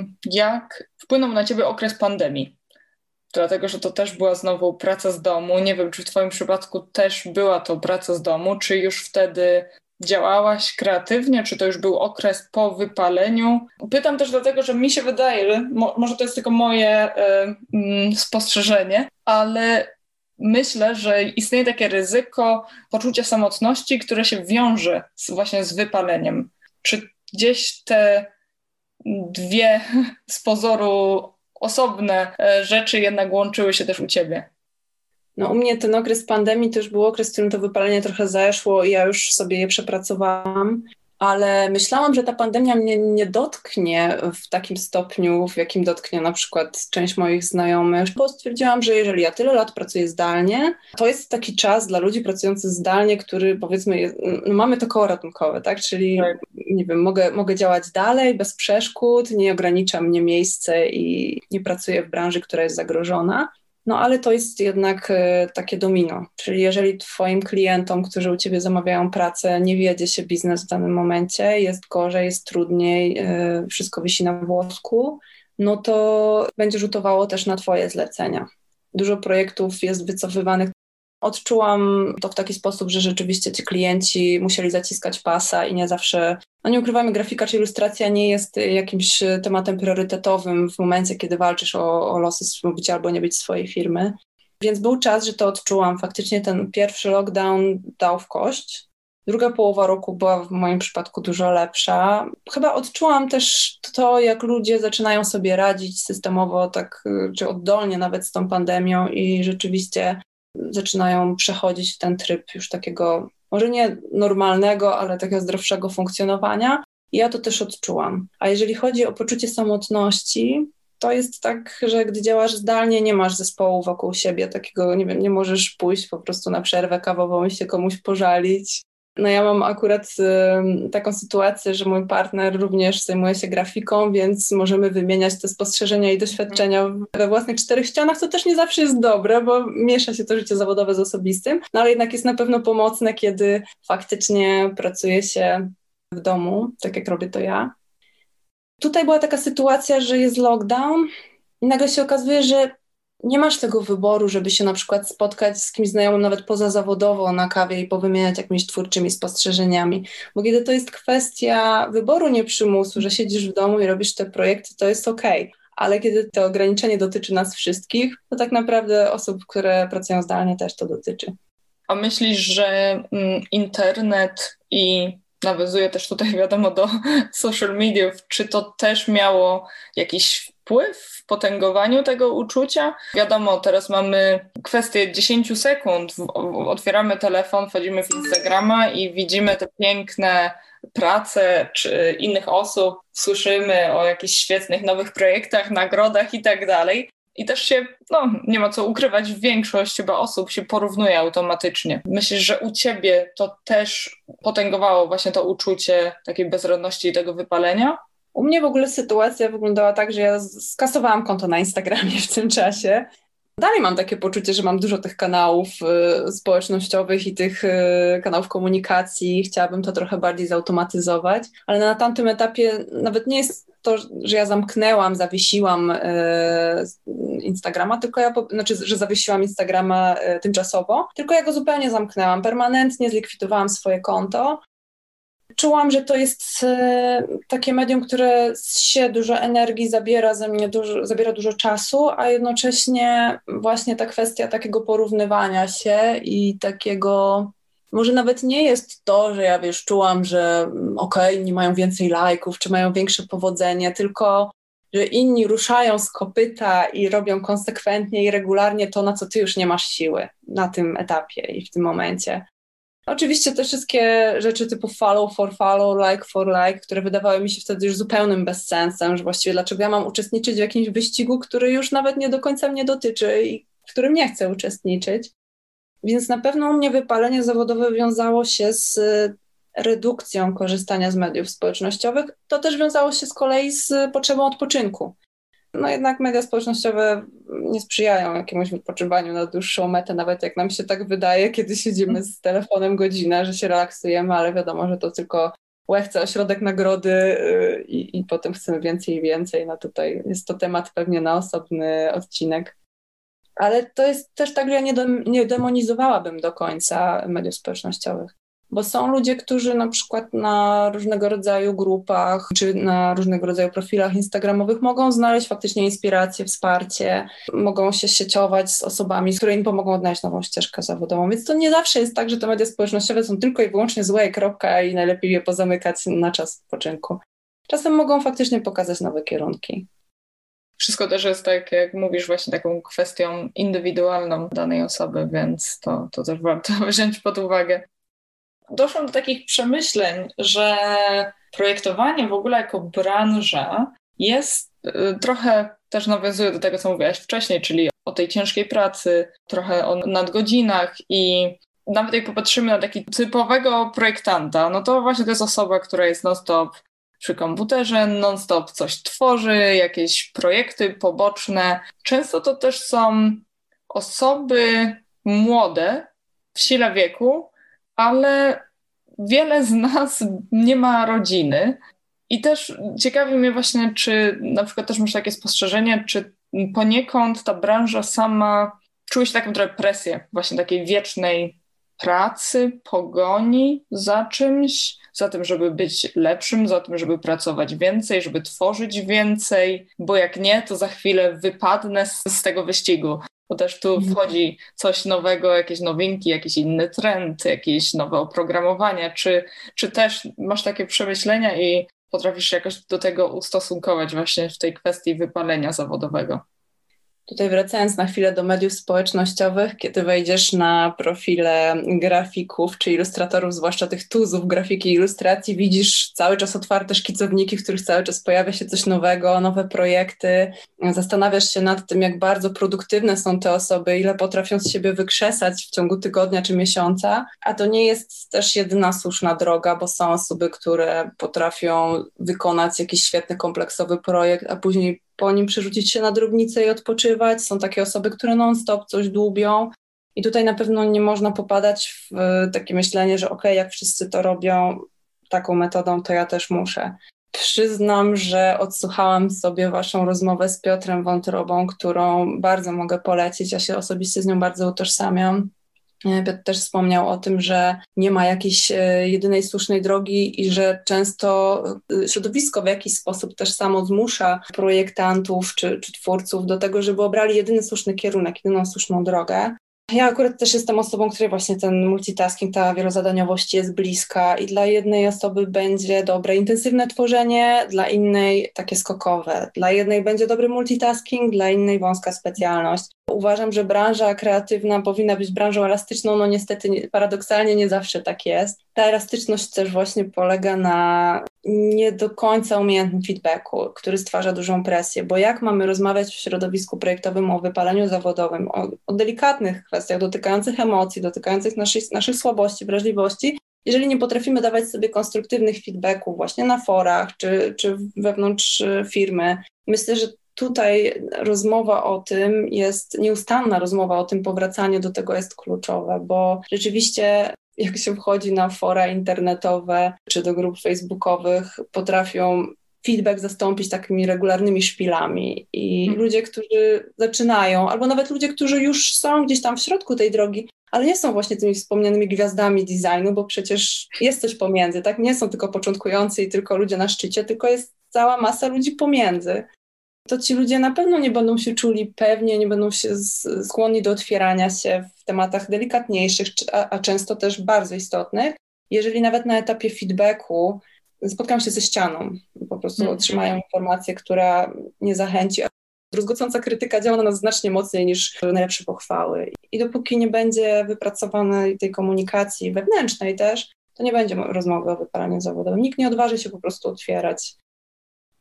jak wpłynął na ciebie okres pandemii. Dlatego, że to też była znowu praca z domu. Nie wiem, czy w twoim przypadku też była to praca z domu, czy już wtedy działałaś kreatywnie, czy to już był okres po wypaleniu. Pytam też dlatego, że mi się wydaje, że może to jest tylko moje spostrzeżenie, ale myślę, że istnieje takie ryzyko poczucia samotności, które się wiąże właśnie z wypaleniem. Czy gdzieś te dwie z pozoru osobne rzeczy jednak łączyły się też u ciebie? No u mnie ten okres pandemii to już był okres, w którym to wypalenie trochę zeszło i ja już sobie je przepracowałam, ale myślałam, że ta pandemia mnie nie dotknie w takim stopniu, w jakim dotknie na przykład część moich znajomych, bo stwierdziłam, że jeżeli ja tyle lat pracuję zdalnie, to jest taki czas dla ludzi pracujących zdalnie, który powiedzmy, no mamy to koło ratunkowe, tak? Czyli nie wiem, mogę działać dalej bez przeszkód, nie ogranicza mnie miejsce i nie pracuję w branży, która jest zagrożona. No ale to jest jednak takie domino, czyli jeżeli twoim klientom, którzy u ciebie zamawiają pracę, nie wiedzie się biznes w danym momencie, jest gorzej, jest trudniej, wszystko wisi na włosku, no to będzie rzutowało też na twoje zlecenia. Dużo projektów jest wycofywanych. Odczułam to w taki sposób, że rzeczywiście ci klienci musieli zaciskać pasa i nie zawsze, no nie ukrywajmy, grafika czy ilustracja nie jest jakimś tematem priorytetowym w momencie, kiedy walczysz o losy być albo nie być swojej firmy. Więc był czas, że to odczułam. Faktycznie ten pierwszy lockdown dał w kość. Druga połowa roku była w moim przypadku dużo lepsza. Chyba odczułam też to, jak ludzie zaczynają sobie radzić systemowo, tak czy oddolnie nawet z tą pandemią i rzeczywiście zaczynają przechodzić w ten tryb już takiego, może nie normalnego, ale takiego zdrowszego funkcjonowania. I ja to też odczułam. A jeżeli chodzi o poczucie samotności, to jest tak, że gdy działasz zdalnie, nie masz zespołu wokół siebie, takiego, nie wiem, nie możesz pójść po prostu na przerwę kawową i się komuś pożalić. No ja mam akurat taką sytuację, że mój partner również zajmuje się grafiką, więc możemy wymieniać te spostrzeżenia i doświadczenia we własnych czterech ścianach, co też nie zawsze jest dobre, bo miesza się to życie zawodowe z osobistym, no ale jednak jest na pewno pomocne, kiedy faktycznie pracuje się w domu, tak jak robię to ja. Tutaj była taka sytuacja, że jest lockdown i nagle się okazuje, że nie masz tego wyboru, żeby się na przykład spotkać z kimś znajomym nawet pozazawodowo na kawie i powymieniać jakimiś twórczymi spostrzeżeniami. Bo kiedy to jest kwestia wyboru, nie przymusu, że siedzisz w domu i robisz te projekty, to jest okej. Ale kiedy to ograniczenie dotyczy nas wszystkich, to tak naprawdę osób, które pracują zdalnie, też to dotyczy. A myślisz, że internet i nawiązuje też tutaj wiadomo do social mediów, czy to też miało jakiś wpływ w potęgowaniu tego uczucia? Wiadomo, teraz mamy kwestię 10 sekund, otwieramy telefon, wchodzimy w Instagrama i widzimy te piękne prace czy innych osób, słyszymy o jakichś świetnych nowych projektach, nagrodach i tak dalej. I też się, nie ma co ukrywać, większość chyba osób się porównuje automatycznie. Myślisz, że u ciebie to też potęgowało właśnie to uczucie takiej bezradności i tego wypalenia? U mnie w ogóle sytuacja wyglądała tak, że ja skasowałam konto na Instagramie w tym czasie. Dalej mam takie poczucie, że mam dużo tych kanałów społecznościowych i tych kanałów komunikacji. Chciałabym to trochę bardziej zautomatyzować, ale na tamtym etapie nawet nie jest to, że ja zamknęłam, zawiesiłam Instagrama, tylko że zawiesiłam Instagrama tymczasowo, tylko ja go zupełnie zamknęłam. Permanentnie zlikwidowałam swoje konto. Czułam, że to jest takie medium, które zsie dużo energii, zabiera ze mnie zabiera dużo czasu, a jednocześnie właśnie ta kwestia takiego porównywania się i takiego, może nawet nie jest to, że ja czułam, że nie mają więcej lajków, czy mają większe powodzenie, tylko że inni ruszają z kopyta i robią konsekwentnie i regularnie to, na co ty już nie masz siły na tym etapie i w tym momencie. Oczywiście te wszystkie rzeczy typu follow for follow, like for like, które wydawały mi się wtedy już zupełnym bezsensem, że właściwie dlaczego ja mam uczestniczyć w jakimś wyścigu, który już nawet nie do końca mnie dotyczy i w którym nie chcę uczestniczyć. Więc na pewno u mnie wypalenie zawodowe wiązało się z redukcją korzystania z mediów społecznościowych. To też wiązało się z kolei z potrzebą odpoczynku. No jednak media społecznościowe nie sprzyjają jakiemuś wypoczywaniu na dłuższą metę, nawet jak nam się tak wydaje, kiedy siedzimy z telefonem godzinę, że się relaksujemy, ale wiadomo, że to tylko łechce ośrodek nagrody i potem chcemy więcej i więcej. No tutaj jest to temat pewnie na osobny odcinek. Ale to jest też tak, że ja nie demonizowałabym do końca mediów społecznościowych. Bo są ludzie, którzy na przykład na różnego rodzaju grupach czy na różnego rodzaju profilach instagramowych mogą znaleźć faktycznie inspirację, wsparcie, mogą się sieciować z osobami, które im pomogą odnaleźć nową ścieżkę zawodową. Więc to nie zawsze jest tak, że te media społecznościowe są tylko i wyłącznie złe i kropka i najlepiej je pozamykać na czas odpoczynku. Czasem mogą faktycznie pokazać nowe kierunki. Wszystko też jest, tak jak mówisz, właśnie taką kwestią indywidualną danej osoby, więc to też warto wziąć pod uwagę. Doszłam do takich przemyśleń, że projektowanie w ogóle jako branża jest trochę, też nawiązuje do tego, co mówiłaś wcześniej, czyli o tej ciężkiej pracy, trochę o nadgodzinach i nawet jak popatrzymy na taki typowego projektanta, no to właśnie to jest osoba, która jest non-stop przy komputerze, non-stop coś tworzy, jakieś projekty poboczne. Często to też są osoby młode, w sile wieku, ale wiele z nas nie ma rodziny. I też ciekawi mnie właśnie, czy na przykład też masz takie spostrzeżenie, czy poniekąd ta branża sama czuje się taką trochę presję właśnie takiej wiecznej pracy, pogoni za czymś, za tym, żeby być lepszym, za tym, żeby pracować więcej, żeby tworzyć więcej, bo jak nie, to za chwilę wypadnę z tego wyścigu. Bo też tu wchodzi coś nowego, jakieś nowinki, jakiś inny trend, jakieś nowe oprogramowanie. Czy też masz takie przemyślenia i potrafisz się jakoś do tego ustosunkować właśnie w tej kwestii wypalenia zawodowego? Tutaj wracając na chwilę do mediów społecznościowych, kiedy wejdziesz na profile grafików czy ilustratorów, zwłaszcza tych tuzów grafiki i ilustracji, widzisz cały czas otwarte szkicowniki, w których cały czas pojawia się coś nowego, nowe projekty. Zastanawiasz się nad tym, jak bardzo produktywne są te osoby, ile potrafią z siebie wykrzesać w ciągu tygodnia czy miesiąca. A to nie jest też jedyna słuszna droga, bo są osoby, które potrafią wykonać jakiś świetny, kompleksowy projekt, a później po nim przerzucić się na drobnicę i odpoczywać. Są takie osoby, które non-stop coś dłubią i tutaj na pewno nie można popadać w takie myślenie, że okej, jak wszyscy to robią taką metodą, to ja też muszę. Przyznam, że odsłuchałam sobie waszą rozmowę z Piotrem Wątrobą, którą bardzo mogę polecić. Ja się osobiście z nią bardzo utożsamiam. Piotr też wspomniał o tym, że nie ma jakiejś jedynej słusznej drogi i że często środowisko w jakiś sposób też samo zmusza projektantów czy twórców do tego, żeby obrali jedyny słuszny kierunek, jedyną słuszną drogę. Ja akurat też jestem osobą, której właśnie ten multitasking, ta wielozadaniowość jest bliska i dla jednej osoby będzie dobre intensywne tworzenie, dla innej takie skokowe. Dla jednej będzie dobry multitasking, dla innej wąska specjalność. Uważam, że branża kreatywna powinna być branżą elastyczną, no niestety paradoksalnie nie zawsze tak jest. Ta elastyczność też właśnie polega na nie do końca umiejętnym feedbacku, który stwarza dużą presję, bo jak mamy rozmawiać w środowisku projektowym o wypaleniu zawodowym, o delikatnych kwestiach dotykających emocji, dotykających naszych słabości, wrażliwości, jeżeli nie potrafimy dawać sobie konstruktywnych feedbacków właśnie na forach czy wewnątrz firmy. Myślę, że tutaj rozmowa o tym jest, nieustanna rozmowa o tym, powracanie do tego jest kluczowe, bo rzeczywiście jak się wchodzi na fora internetowe czy do grup facebookowych, potrafią feedback zastąpić takimi regularnymi szpilami i ludzie, którzy zaczynają, albo nawet ludzie, którzy już są gdzieś tam w środku tej drogi, ale nie są właśnie tymi wspomnianymi gwiazdami designu, bo przecież jest coś pomiędzy, tak? Nie są tylko początkujący i tylko ludzie na szczycie, tylko jest cała masa ludzi pomiędzy. To ci ludzie na pewno nie będą się czuli pewnie, nie będą się skłonni do otwierania się w tematach delikatniejszych, a często też bardzo istotnych. Jeżeli nawet na etapie feedbacku spotkam się ze ścianą, po prostu otrzymają informację, która nie zachęci. Druzgocąca krytyka działa na nas znacznie mocniej niż najlepsze pochwały. I dopóki nie będzie wypracowanej tej komunikacji wewnętrznej też, to nie będzie rozmowy o wypalaniu zawodowym. Nikt nie odważy się po prostu otwierać.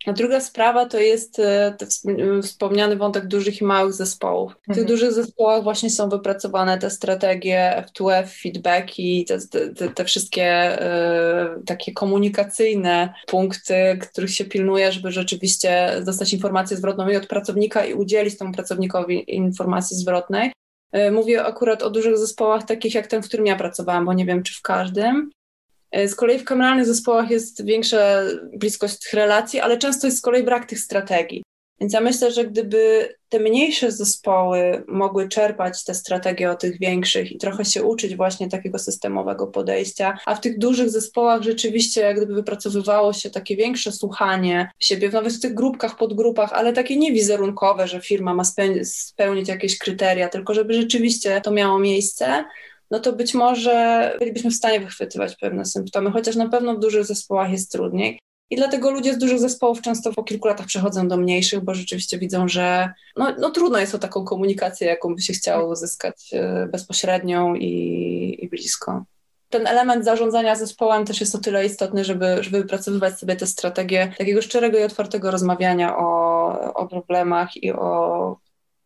A druga sprawa to jest wspomniany wątek dużych i małych zespołów. W tych dużych zespołach właśnie są wypracowane te strategie F2F, feedbacki, te wszystkie takie komunikacyjne punkty, których się pilnuje, żeby rzeczywiście dostać informację zwrotną i od pracownika i udzielić temu pracownikowi informacji zwrotnej. Mówię akurat o dużych zespołach takich jak ten, w którym ja pracowałam, bo nie wiem, czy w każdym. Z kolei w kameralnych zespołach jest większa bliskość tych relacji, ale często jest z kolei brak tych strategii. Więc ja myślę, że gdyby te mniejsze zespoły mogły czerpać te strategie od tych większych i trochę się uczyć właśnie takiego systemowego podejścia, a w tych dużych zespołach rzeczywiście jak gdyby wypracowywało się takie większe słuchanie siebie, nawet w tych grupkach, podgrupach, ale takie nie wizerunkowe, że firma ma spełnić jakieś kryteria, tylko żeby rzeczywiście to miało miejsce, no to być może bylibyśmy w stanie wychwytywać pewne symptomy, chociaż na pewno w dużych zespołach jest trudniej. I dlatego ludzie z dużych zespołów często po kilku latach przechodzą do mniejszych, bo rzeczywiście widzą, że no trudno jest o taką komunikację, jaką by się chciało uzyskać bezpośrednią i blisko. Ten element zarządzania zespołem też jest o tyle istotny, żeby wypracowywać sobie te strategie takiego szczerego i otwartego rozmawiania o problemach i o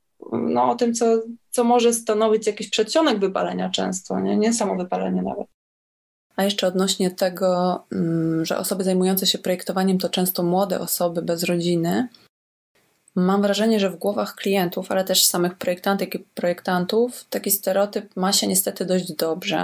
tym, co może stanowić jakiś przedsionek wypalenia często, nie samo wypalenie nawet. A jeszcze odnośnie tego, że osoby zajmujące się projektowaniem to często młode osoby bez rodziny, mam wrażenie, że w głowach klientów, ale też samych projektantek i projektantów taki stereotyp ma się niestety dość dobrze.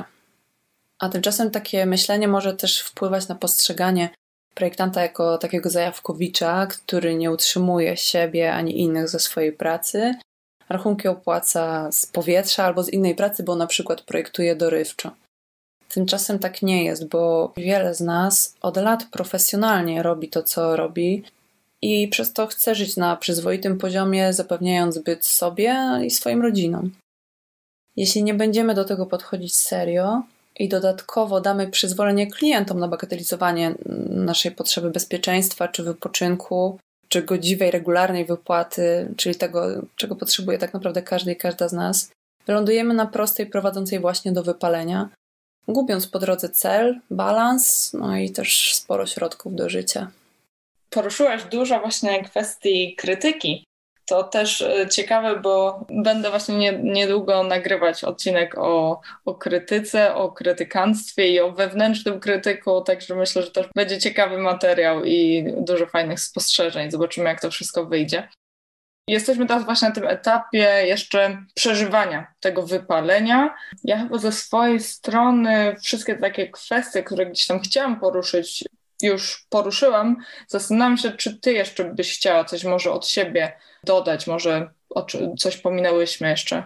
A tymczasem takie myślenie może też wpływać na postrzeganie projektanta jako takiego zajawkowicza, który nie utrzymuje siebie ani innych ze swojej pracy, rachunki opłaca z powietrza albo z innej pracy, bo na przykład projektuje dorywczo. Tymczasem tak nie jest, bo wiele z nas od lat profesjonalnie robi to, co robi i przez to chce żyć na przyzwoitym poziomie, zapewniając byt sobie i swoim rodzinom. Jeśli nie będziemy do tego podchodzić serio i dodatkowo damy przyzwolenie klientom na bagatelizowanie naszej potrzeby bezpieczeństwa czy wypoczynku, czy godziwej, regularnej wypłaty, czyli tego, czego potrzebuje tak naprawdę każdy i każda z nas, wylądujemy na prostej prowadzącej właśnie do wypalenia, gubiąc po drodze cel, balans, no i też sporo środków do życia. Poruszyłaś dużo właśnie kwestii krytyki. To też ciekawe, bo będę właśnie niedługo nagrywać odcinek o krytyce, o krytykanstwie i o wewnętrznym krytyku, także myślę, że też będzie ciekawy materiał i dużo fajnych spostrzeżeń. Zobaczymy, jak to wszystko wyjdzie. Jesteśmy teraz właśnie na tym etapie jeszcze przeżywania tego wypalenia. Ja chyba ze swojej strony wszystkie takie kwestie, które gdzieś tam chciałam poruszyć, już poruszyłam. Zastanawiam się, czy ty jeszcze byś chciała coś może od siebie dodać, może coś pominęłyśmy jeszcze.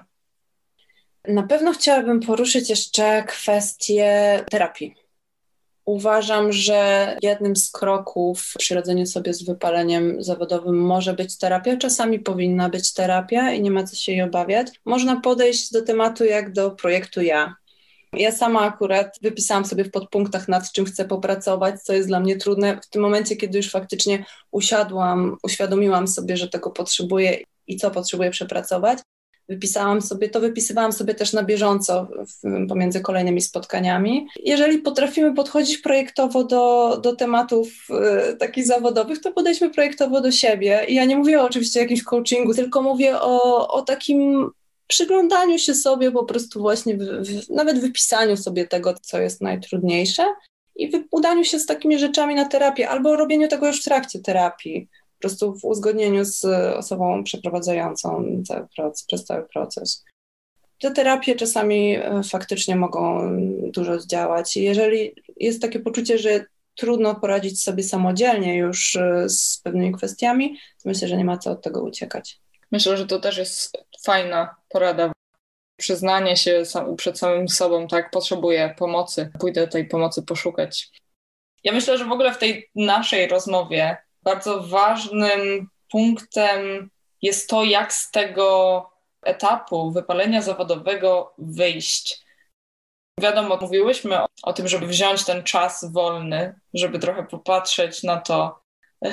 Na pewno chciałabym poruszyć jeszcze kwestię terapii. Uważam, że jednym z kroków przy radzeniu sobie z wypaleniem zawodowym może być terapia. Czasami powinna być terapia i nie ma co się jej obawiać. Można podejść do tematu jak do projektu ja. Ja sama akurat wypisałam sobie w podpunktach, nad czym chcę popracować, co jest dla mnie trudne. W tym momencie, kiedy już faktycznie uświadomiłam sobie, że tego potrzebuję i co potrzebuję przepracować, wypisywałam sobie też na bieżąco pomiędzy kolejnymi spotkaniami. Jeżeli potrafimy podchodzić projektowo do tematów takich zawodowych, to podejdźmy projektowo do siebie. I ja nie mówię oczywiście o jakimś coachingu, tylko mówię o takim przyglądaniu się sobie po prostu właśnie, nawet wypisaniu sobie tego, co jest najtrudniejsze i udaniu się z takimi rzeczami na terapię albo robieniu tego już w trakcie terapii. Po prostu w uzgodnieniu z osobą przeprowadzającą przez cały proces. Te terapie czasami faktycznie mogą dużo zdziałać. Jeżeli jest takie poczucie, że trudno poradzić sobie samodzielnie już z pewnymi kwestiami, to myślę, że nie ma co od tego uciekać. Myślę, że to też jest fajna porada. Przyznanie się przed samym sobą, tak, potrzebuję pomocy, pójdę tej pomocy poszukać. Ja myślę, że w ogóle w tej naszej rozmowie bardzo ważnym punktem jest to, jak z tego etapu wypalenia zawodowego wyjść. Wiadomo, mówiłyśmy o tym, żeby wziąć ten czas wolny, żeby trochę popatrzeć na to,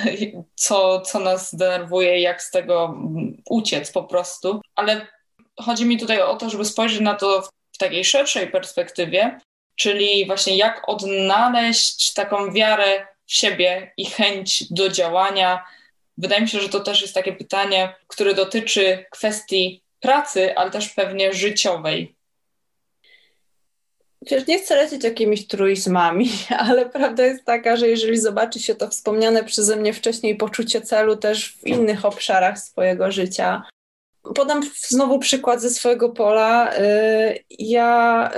co nas denerwuje, jak z tego uciec po prostu. Ale chodzi mi tutaj o to, żeby spojrzeć na to w takiej szerszej perspektywie, czyli właśnie jak odnaleźć taką wiarę w siebie i chęć do działania. Wydaje mi się, że to też jest takie pytanie, które dotyczy kwestii pracy, ale też pewnie życiowej. Wiesz, nie chcę lecieć jakimiś truizmami, ale prawda jest taka, że jeżeli zobaczy się to wspomniane przeze mnie wcześniej poczucie celu też w innych obszarach swojego życia. Podam znowu przykład ze swojego pola. Ja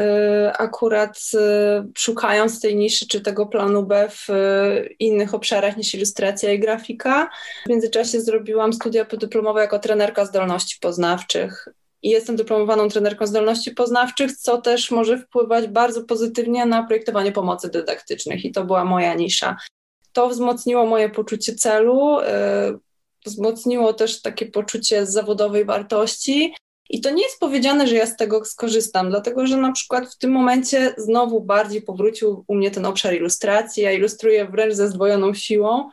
akurat szukając tej niszy czy tego planu B w innych obszarach niż ilustracja i grafika, w międzyczasie zrobiłam studia podyplomowe jako trenerka zdolności poznawczych. I jestem dyplomowaną trenerką zdolności poznawczych, co też może wpływać bardzo pozytywnie na projektowanie pomocy dydaktycznych i to była moja nisza. To wzmocniło moje poczucie celu, wzmocniło też takie poczucie zawodowej wartości i to nie jest powiedziane, że ja z tego skorzystam, dlatego że na przykład w tym momencie znowu bardziej powrócił u mnie ten obszar ilustracji, ja ilustruję wręcz ze zdwojoną siłą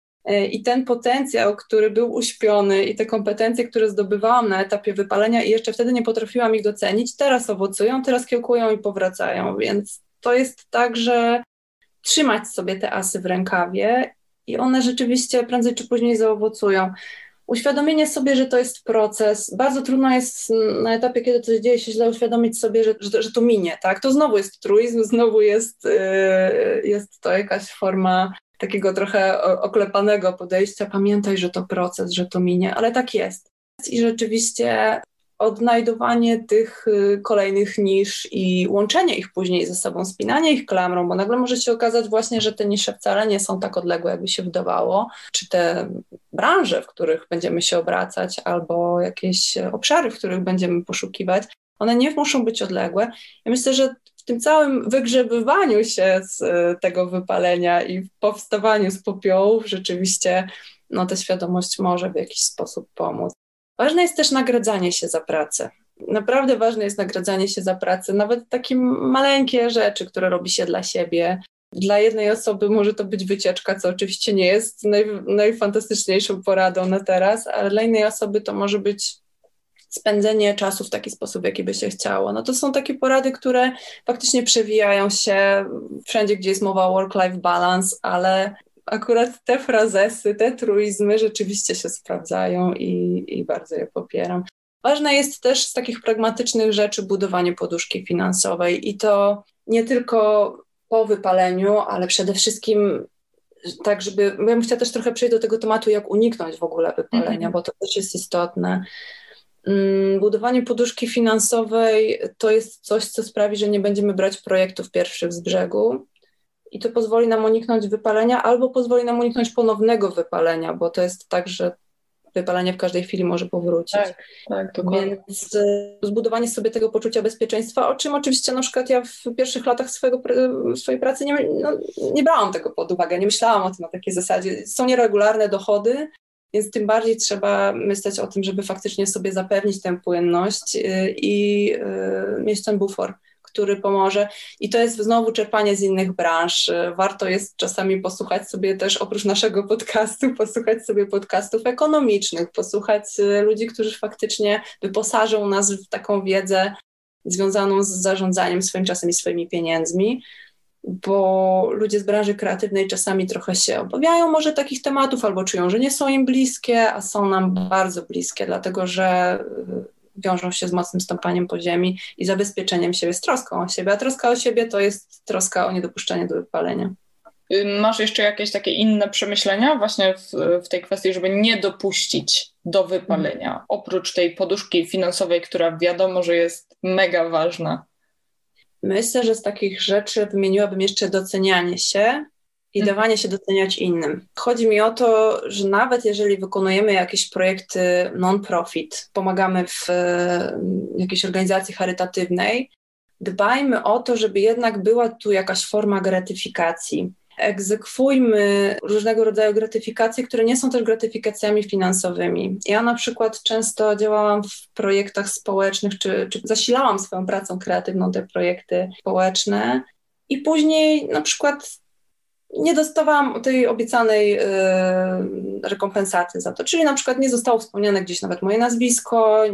i ten potencjał, który był uśpiony i te kompetencje, które zdobywałam na etapie wypalenia i jeszcze wtedy nie potrafiłam ich docenić, teraz owocują, teraz kiełkują i powracają, więc to jest tak, że trzymać sobie te asy w rękawie i one rzeczywiście prędzej czy później zaowocują. Uświadomienie sobie, że to jest proces. Bardzo trudno jest na etapie, kiedy coś dzieje się źle, uświadomić sobie, że to minie. Tak? To znowu jest truizm, znowu jest to jakaś forma takiego trochę oklepanego podejścia. Pamiętaj, że to proces, że to minie, ale tak jest. I rzeczywiście odnajdowanie tych kolejnych nisz i łączenie ich później ze sobą, spinanie ich klamrą, bo nagle może się okazać właśnie, że te nisze wcale nie są tak odległe, jakby się wydawało, czy te branże, w których będziemy się obracać, albo jakieś obszary, w których będziemy poszukiwać, one nie muszą być odległe. Ja myślę, że w tym całym wygrzebywaniu się z tego wypalenia i powstawaniu z popiołów rzeczywiście ta świadomość może w jakiś sposób pomóc. Ważne jest też nagradzanie się za pracę. Naprawdę ważne jest nagradzanie się za pracę, nawet takie maleńkie rzeczy, które robi się dla siebie. Dla jednej osoby może to być wycieczka, co oczywiście nie jest najfantastyczniejszą poradą na teraz, ale dla innej osoby to może być spędzenie czasu w taki sposób, jaki by się chciało. To są takie porady, które faktycznie przewijają się wszędzie, gdzie jest mowa o work-life balance, ale akurat te frazesy, te truizmy rzeczywiście się sprawdzają i bardzo je popieram. Ważne jest też z takich pragmatycznych rzeczy budowanie poduszki finansowej i to nie tylko po wypaleniu, ale przede wszystkim tak, żeby... Ja bym chciała też trochę przejść do tego tematu, jak uniknąć w ogóle wypalenia, bo to też jest istotne. Budowanie poduszki finansowej to jest coś, co sprawi, że nie będziemy brać projektów pierwszych z brzegu. I to pozwoli nam uniknąć wypalenia albo pozwoli nam uniknąć ponownego wypalenia, bo to jest tak, że wypalenie w każdej chwili może powrócić. Tak, dokładnie. Więc zbudowanie sobie tego poczucia bezpieczeństwa, o czym oczywiście na przykład ja w pierwszych latach swojej pracy nie brałam tego pod uwagę, nie myślałam o tym na takiej zasadzie. Są nieregularne dochody, więc tym bardziej trzeba myśleć o tym, żeby faktycznie sobie zapewnić tę płynność i mieć ten bufor, który pomoże. I to jest znowu czerpanie z innych branż. Warto jest czasami posłuchać sobie też, oprócz naszego podcastu, posłuchać sobie podcastów ekonomicznych, posłuchać ludzi, którzy faktycznie wyposażą nas w taką wiedzę związaną z zarządzaniem swoim czasem i swoimi pieniędzmi, bo ludzie z branży kreatywnej czasami trochę się obawiają może takich tematów albo czują, że nie są im bliskie, a są nam bardzo bliskie, dlatego że wiążą się z mocnym stąpaniem po ziemi i zabezpieczeniem siebie, z troską o siebie, a troska o siebie to jest troska o niedopuszczenie do wypalenia. Masz jeszcze jakieś takie inne przemyślenia właśnie w tej kwestii, żeby nie dopuścić do wypalenia, oprócz tej poduszki finansowej, która wiadomo, że jest mega ważna? Myślę, że z takich rzeczy wymieniłabym jeszcze docenianie się i dawanie się doceniać innym. Chodzi mi o to, że nawet jeżeli wykonujemy jakieś projekty non-profit, pomagamy w jakiejś organizacji charytatywnej, dbajmy o to, żeby jednak była tu jakaś forma gratyfikacji. Egzekwujmy różnego rodzaju gratyfikacje, które nie są też gratyfikacjami finansowymi. Ja na przykład często działałam w projektach społecznych, czy zasilałam swoją pracą kreatywną te projekty społeczne i później na przykład nie dostawałam tej obiecanej rekompensaty za to. Czyli na przykład nie zostało wspomniane gdzieś nawet moje nazwisko,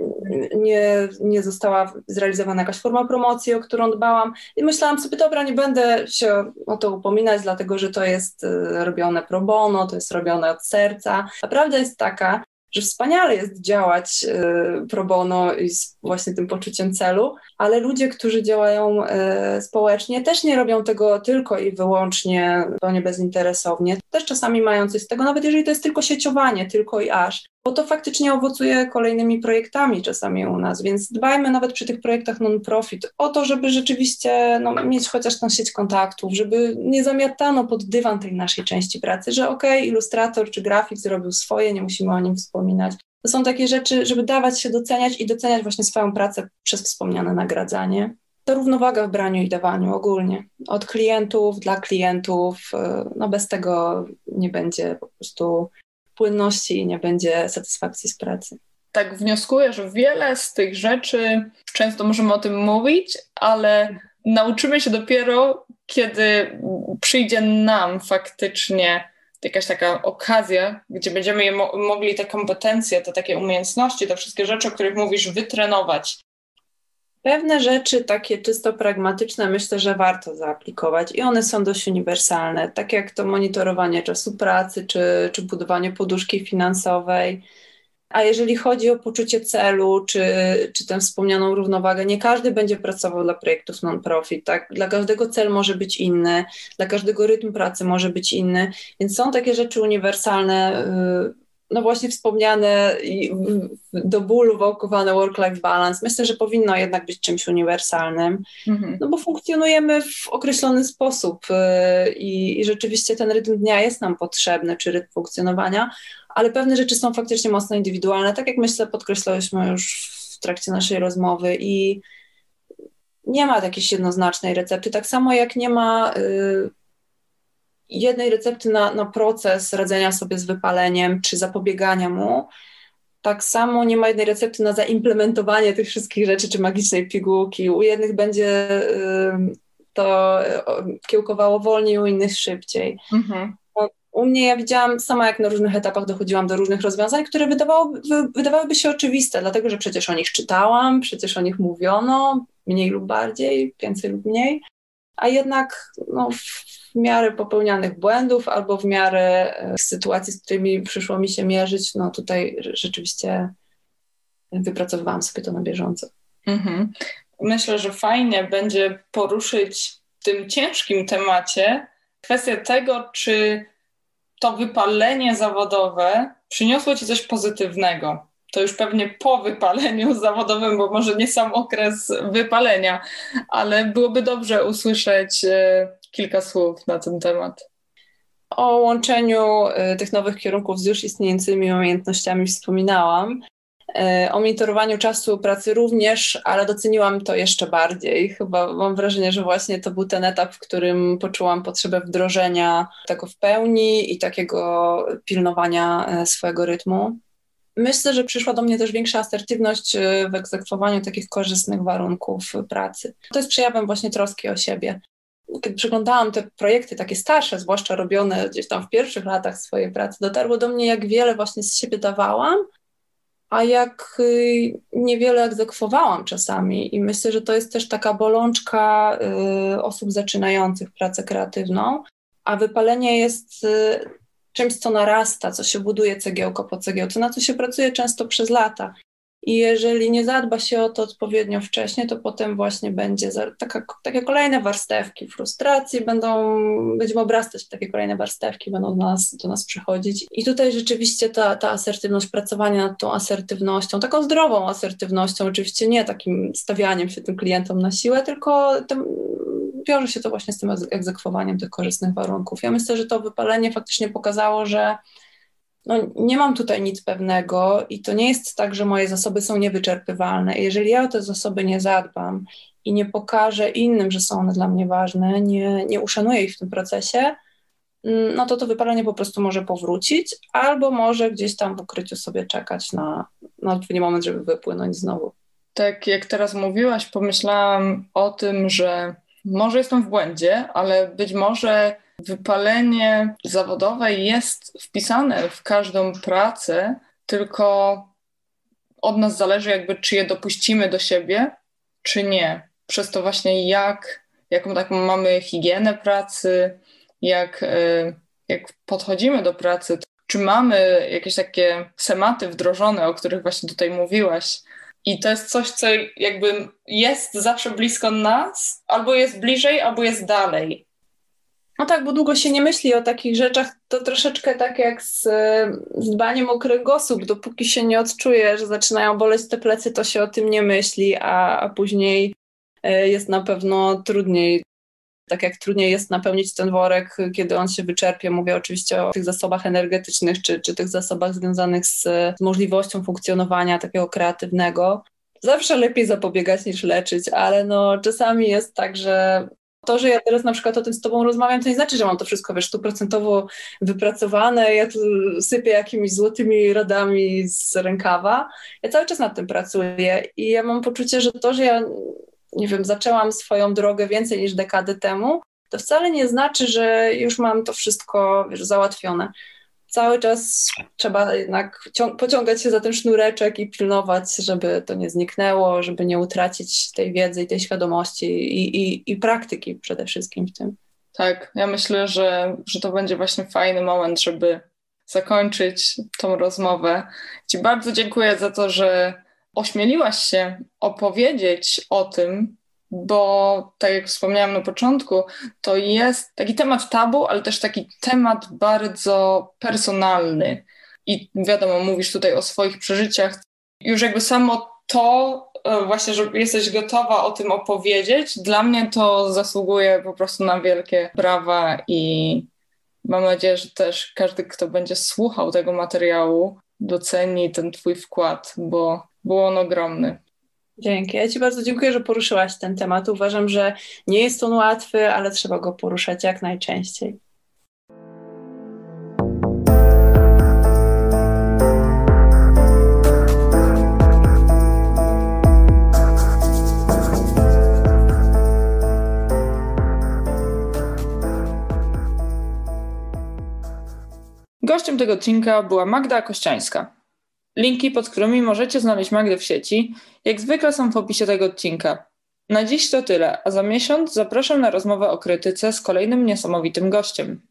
nie została zrealizowana jakaś forma promocji, o którą dbałam. I myślałam sobie, dobra, nie będę się o to upominać, dlatego że to jest robione pro bono, to jest robione od serca. A prawda jest taka, że wspaniale jest działać pro bono i z właśnie tym poczuciem celu, ale ludzie, którzy działają społecznie, też nie robią tego tylko i wyłącznie zupełnie bezinteresownie. Też czasami mają coś z tego, nawet jeżeli to jest tylko sieciowanie, tylko i aż, bo to faktycznie owocuje kolejnymi projektami czasami u nas, więc dbajmy nawet przy tych projektach non-profit o to, żeby rzeczywiście mieć chociaż tą sieć kontaktów, żeby nie zamiatano pod dywan tej naszej części pracy, że okej, ilustrator czy grafik zrobił swoje, nie musimy o nim wspominać. To są takie rzeczy, żeby dawać się doceniać i doceniać właśnie swoją pracę przez wspomniane nagradzanie. To równowaga w braniu i dawaniu ogólnie. Od klientów, dla klientów, bez tego nie będzie po prostu płynności i nie będzie satysfakcji z pracy. Tak wnioskuję, że wiele z tych rzeczy często możemy o tym mówić, ale nauczymy się dopiero, kiedy przyjdzie nam faktycznie jakaś taka okazja, gdzie będziemy mogli te kompetencje, te takie umiejętności, te wszystkie rzeczy, o których mówisz, wytrenować. Pewne rzeczy takie czysto pragmatyczne myślę, że warto zaaplikować i one są dość uniwersalne, tak jak to monitorowanie czasu pracy czy budowanie poduszki finansowej. A jeżeli chodzi o poczucie celu czy tę wspomnianą równowagę, nie każdy będzie pracował dla projektów non-profit. Tak? Dla każdego cel może być inny, dla każdego rytm pracy może być inny, więc są takie rzeczy uniwersalne, właśnie wspomniane i do bólu wałkowane work-life balance. Myślę, że powinno jednak być czymś uniwersalnym, bo funkcjonujemy w określony sposób i rzeczywiście ten rytm dnia jest nam potrzebny, czy rytm funkcjonowania, ale pewne rzeczy są faktycznie mocno indywidualne, tak jak myślę podkreślałyśmy już w trakcie naszej rozmowy i nie ma jakiejś jednoznacznej recepty, tak samo jak nie ma jednej recepty na proces radzenia sobie z wypaleniem czy zapobiegania mu, tak samo nie ma jednej recepty na zaimplementowanie tych wszystkich rzeczy czy magicznej pigułki. U jednych będzie to kiełkowało wolniej, u innych szybciej. U mnie ja widziałam sama, jak na różnych etapach dochodziłam do różnych rozwiązań, które wydawałyby się oczywiste, dlatego że przecież o nich czytałam, przecież o nich mówiono, mniej lub bardziej, więcej lub mniej, a jednak w miarę popełnianych błędów albo w miarę sytuacji, z którymi przyszło mi się mierzyć, tutaj rzeczywiście wypracowywałam sobie to na bieżąco. Myślę, że fajnie będzie poruszyć w tym ciężkim temacie kwestię tego, czy to wypalenie zawodowe przyniosło ci coś pozytywnego. To już pewnie po wypaleniu zawodowym, bo może nie sam okres wypalenia, ale byłoby dobrze usłyszeć kilka słów na ten temat. O łączeniu tych nowych kierunków z już istniejącymi umiejętnościami wspominałam. O monitorowaniu czasu pracy również, ale doceniłam to jeszcze bardziej. Chyba mam wrażenie, że właśnie to był ten etap, w którym poczułam potrzebę wdrożenia tego w pełni i takiego pilnowania swojego rytmu. Myślę, że przyszła do mnie też większa asertywność w egzekwowaniu takich korzystnych warunków pracy. To jest przejawem właśnie troski o siebie. Kiedy przeglądałam te projekty takie starsze, zwłaszcza robione gdzieś tam w pierwszych latach swojej pracy, dotarło do mnie, jak wiele właśnie z siebie dawałam, a jak niewiele egzekwowałam czasami. I myślę, że to jest też taka bolączka osób zaczynających pracę kreatywną, a wypalenie jest czymś, co narasta, co się buduje cegiełko po cegiełce, na co się pracuje często przez lata. I jeżeli nie zadba się o to odpowiednio wcześnie, to potem właśnie będzie takie kolejne warstewki frustracji, będziemy obrastać w takie kolejne warstewki, będą do nas przychodzić. I tutaj rzeczywiście ta asertywność, pracowanie nad tą asertywnością, taką zdrową asertywnością, oczywiście nie takim stawianiem się tym klientom na siłę, tylko wiąże się to właśnie z tym egzekwowaniem tych korzystnych warunków. Ja myślę, że to wypalenie faktycznie pokazało, że nie mam tutaj nic pewnego i to nie jest tak, że moje zasoby są niewyczerpywalne. I jeżeli ja o te zasoby nie zadbam i nie pokażę innym, że są one dla mnie ważne, nie uszanuję ich w tym procesie, to wypalenie po prostu może powrócić albo może gdzieś tam w ukryciu sobie czekać na odpowiedni moment, żeby wypłynąć znowu. Tak jak teraz mówiłaś, pomyślałam o tym, że może jestem w błędzie, ale być może wypalenie zawodowe jest wpisane w każdą pracę, tylko od nas zależy jakby, czy je dopuścimy do siebie, czy nie. Przez to właśnie jaką taką mamy higienę pracy, jak podchodzimy do pracy, czy mamy jakieś takie schematy wdrożone, o których właśnie tutaj mówiłaś. I to jest coś, co jakby jest zawsze blisko nas, albo jest bliżej, albo jest dalej. No tak, bo długo się nie myśli o takich rzeczach, to troszeczkę tak jak z dbaniem o kręgosłup, dopóki się nie odczuje, że zaczynają boleć te plecy, to się o tym nie myśli, a później jest na pewno trudniej. Tak jak trudniej jest napełnić ten worek, kiedy on się wyczerpie. Mówię oczywiście o tych zasobach energetycznych, czy tych zasobach związanych z możliwością funkcjonowania takiego kreatywnego. Zawsze lepiej zapobiegać niż leczyć, ale no czasami jest tak, że to, że ja teraz na przykład o tym z tobą rozmawiam, to nie znaczy, że mam to wszystko, wiesz, 100% wypracowane, ja tu sypię jakimiś złotymi radami z rękawa. Ja cały czas nad tym pracuję i ja mam poczucie, że to, że ja, nie wiem, zaczęłam swoją drogę więcej niż dekadę temu, to wcale nie znaczy, że już mam to wszystko, wiesz, załatwione. Cały czas trzeba jednak pociągać się za ten sznureczek i pilnować, żeby to nie zniknęło, żeby nie utracić tej wiedzy i tej świadomości i praktyki przede wszystkim w tym. Tak, ja myślę, że to będzie właśnie fajny moment, żeby zakończyć tą rozmowę. Ci bardzo dziękuję za to, że ośmieliłaś się opowiedzieć o tym, bo tak jak wspomniałam na początku, to jest taki temat tabu, ale też taki temat bardzo personalny. I wiadomo, mówisz tutaj o swoich przeżyciach. Już jakby samo to właśnie, że jesteś gotowa o tym opowiedzieć, dla mnie to zasługuje po prostu na wielkie brawa i mam nadzieję, że też każdy, kto będzie słuchał tego materiału, doceni ten twój wkład, bo był on ogromny. Dzięki. Ja ci bardzo dziękuję, że poruszyłaś ten temat. Uważam, że nie jest on łatwy, ale trzeba go poruszać jak najczęściej. Gościem tego odcinka była Magda Kościańska. Linki, pod którymi możecie znaleźć Magdę w sieci, jak zwykle są w opisie tego odcinka. Na dziś to tyle, a za miesiąc zapraszam na rozmowę o krytyce z kolejnym niesamowitym gościem.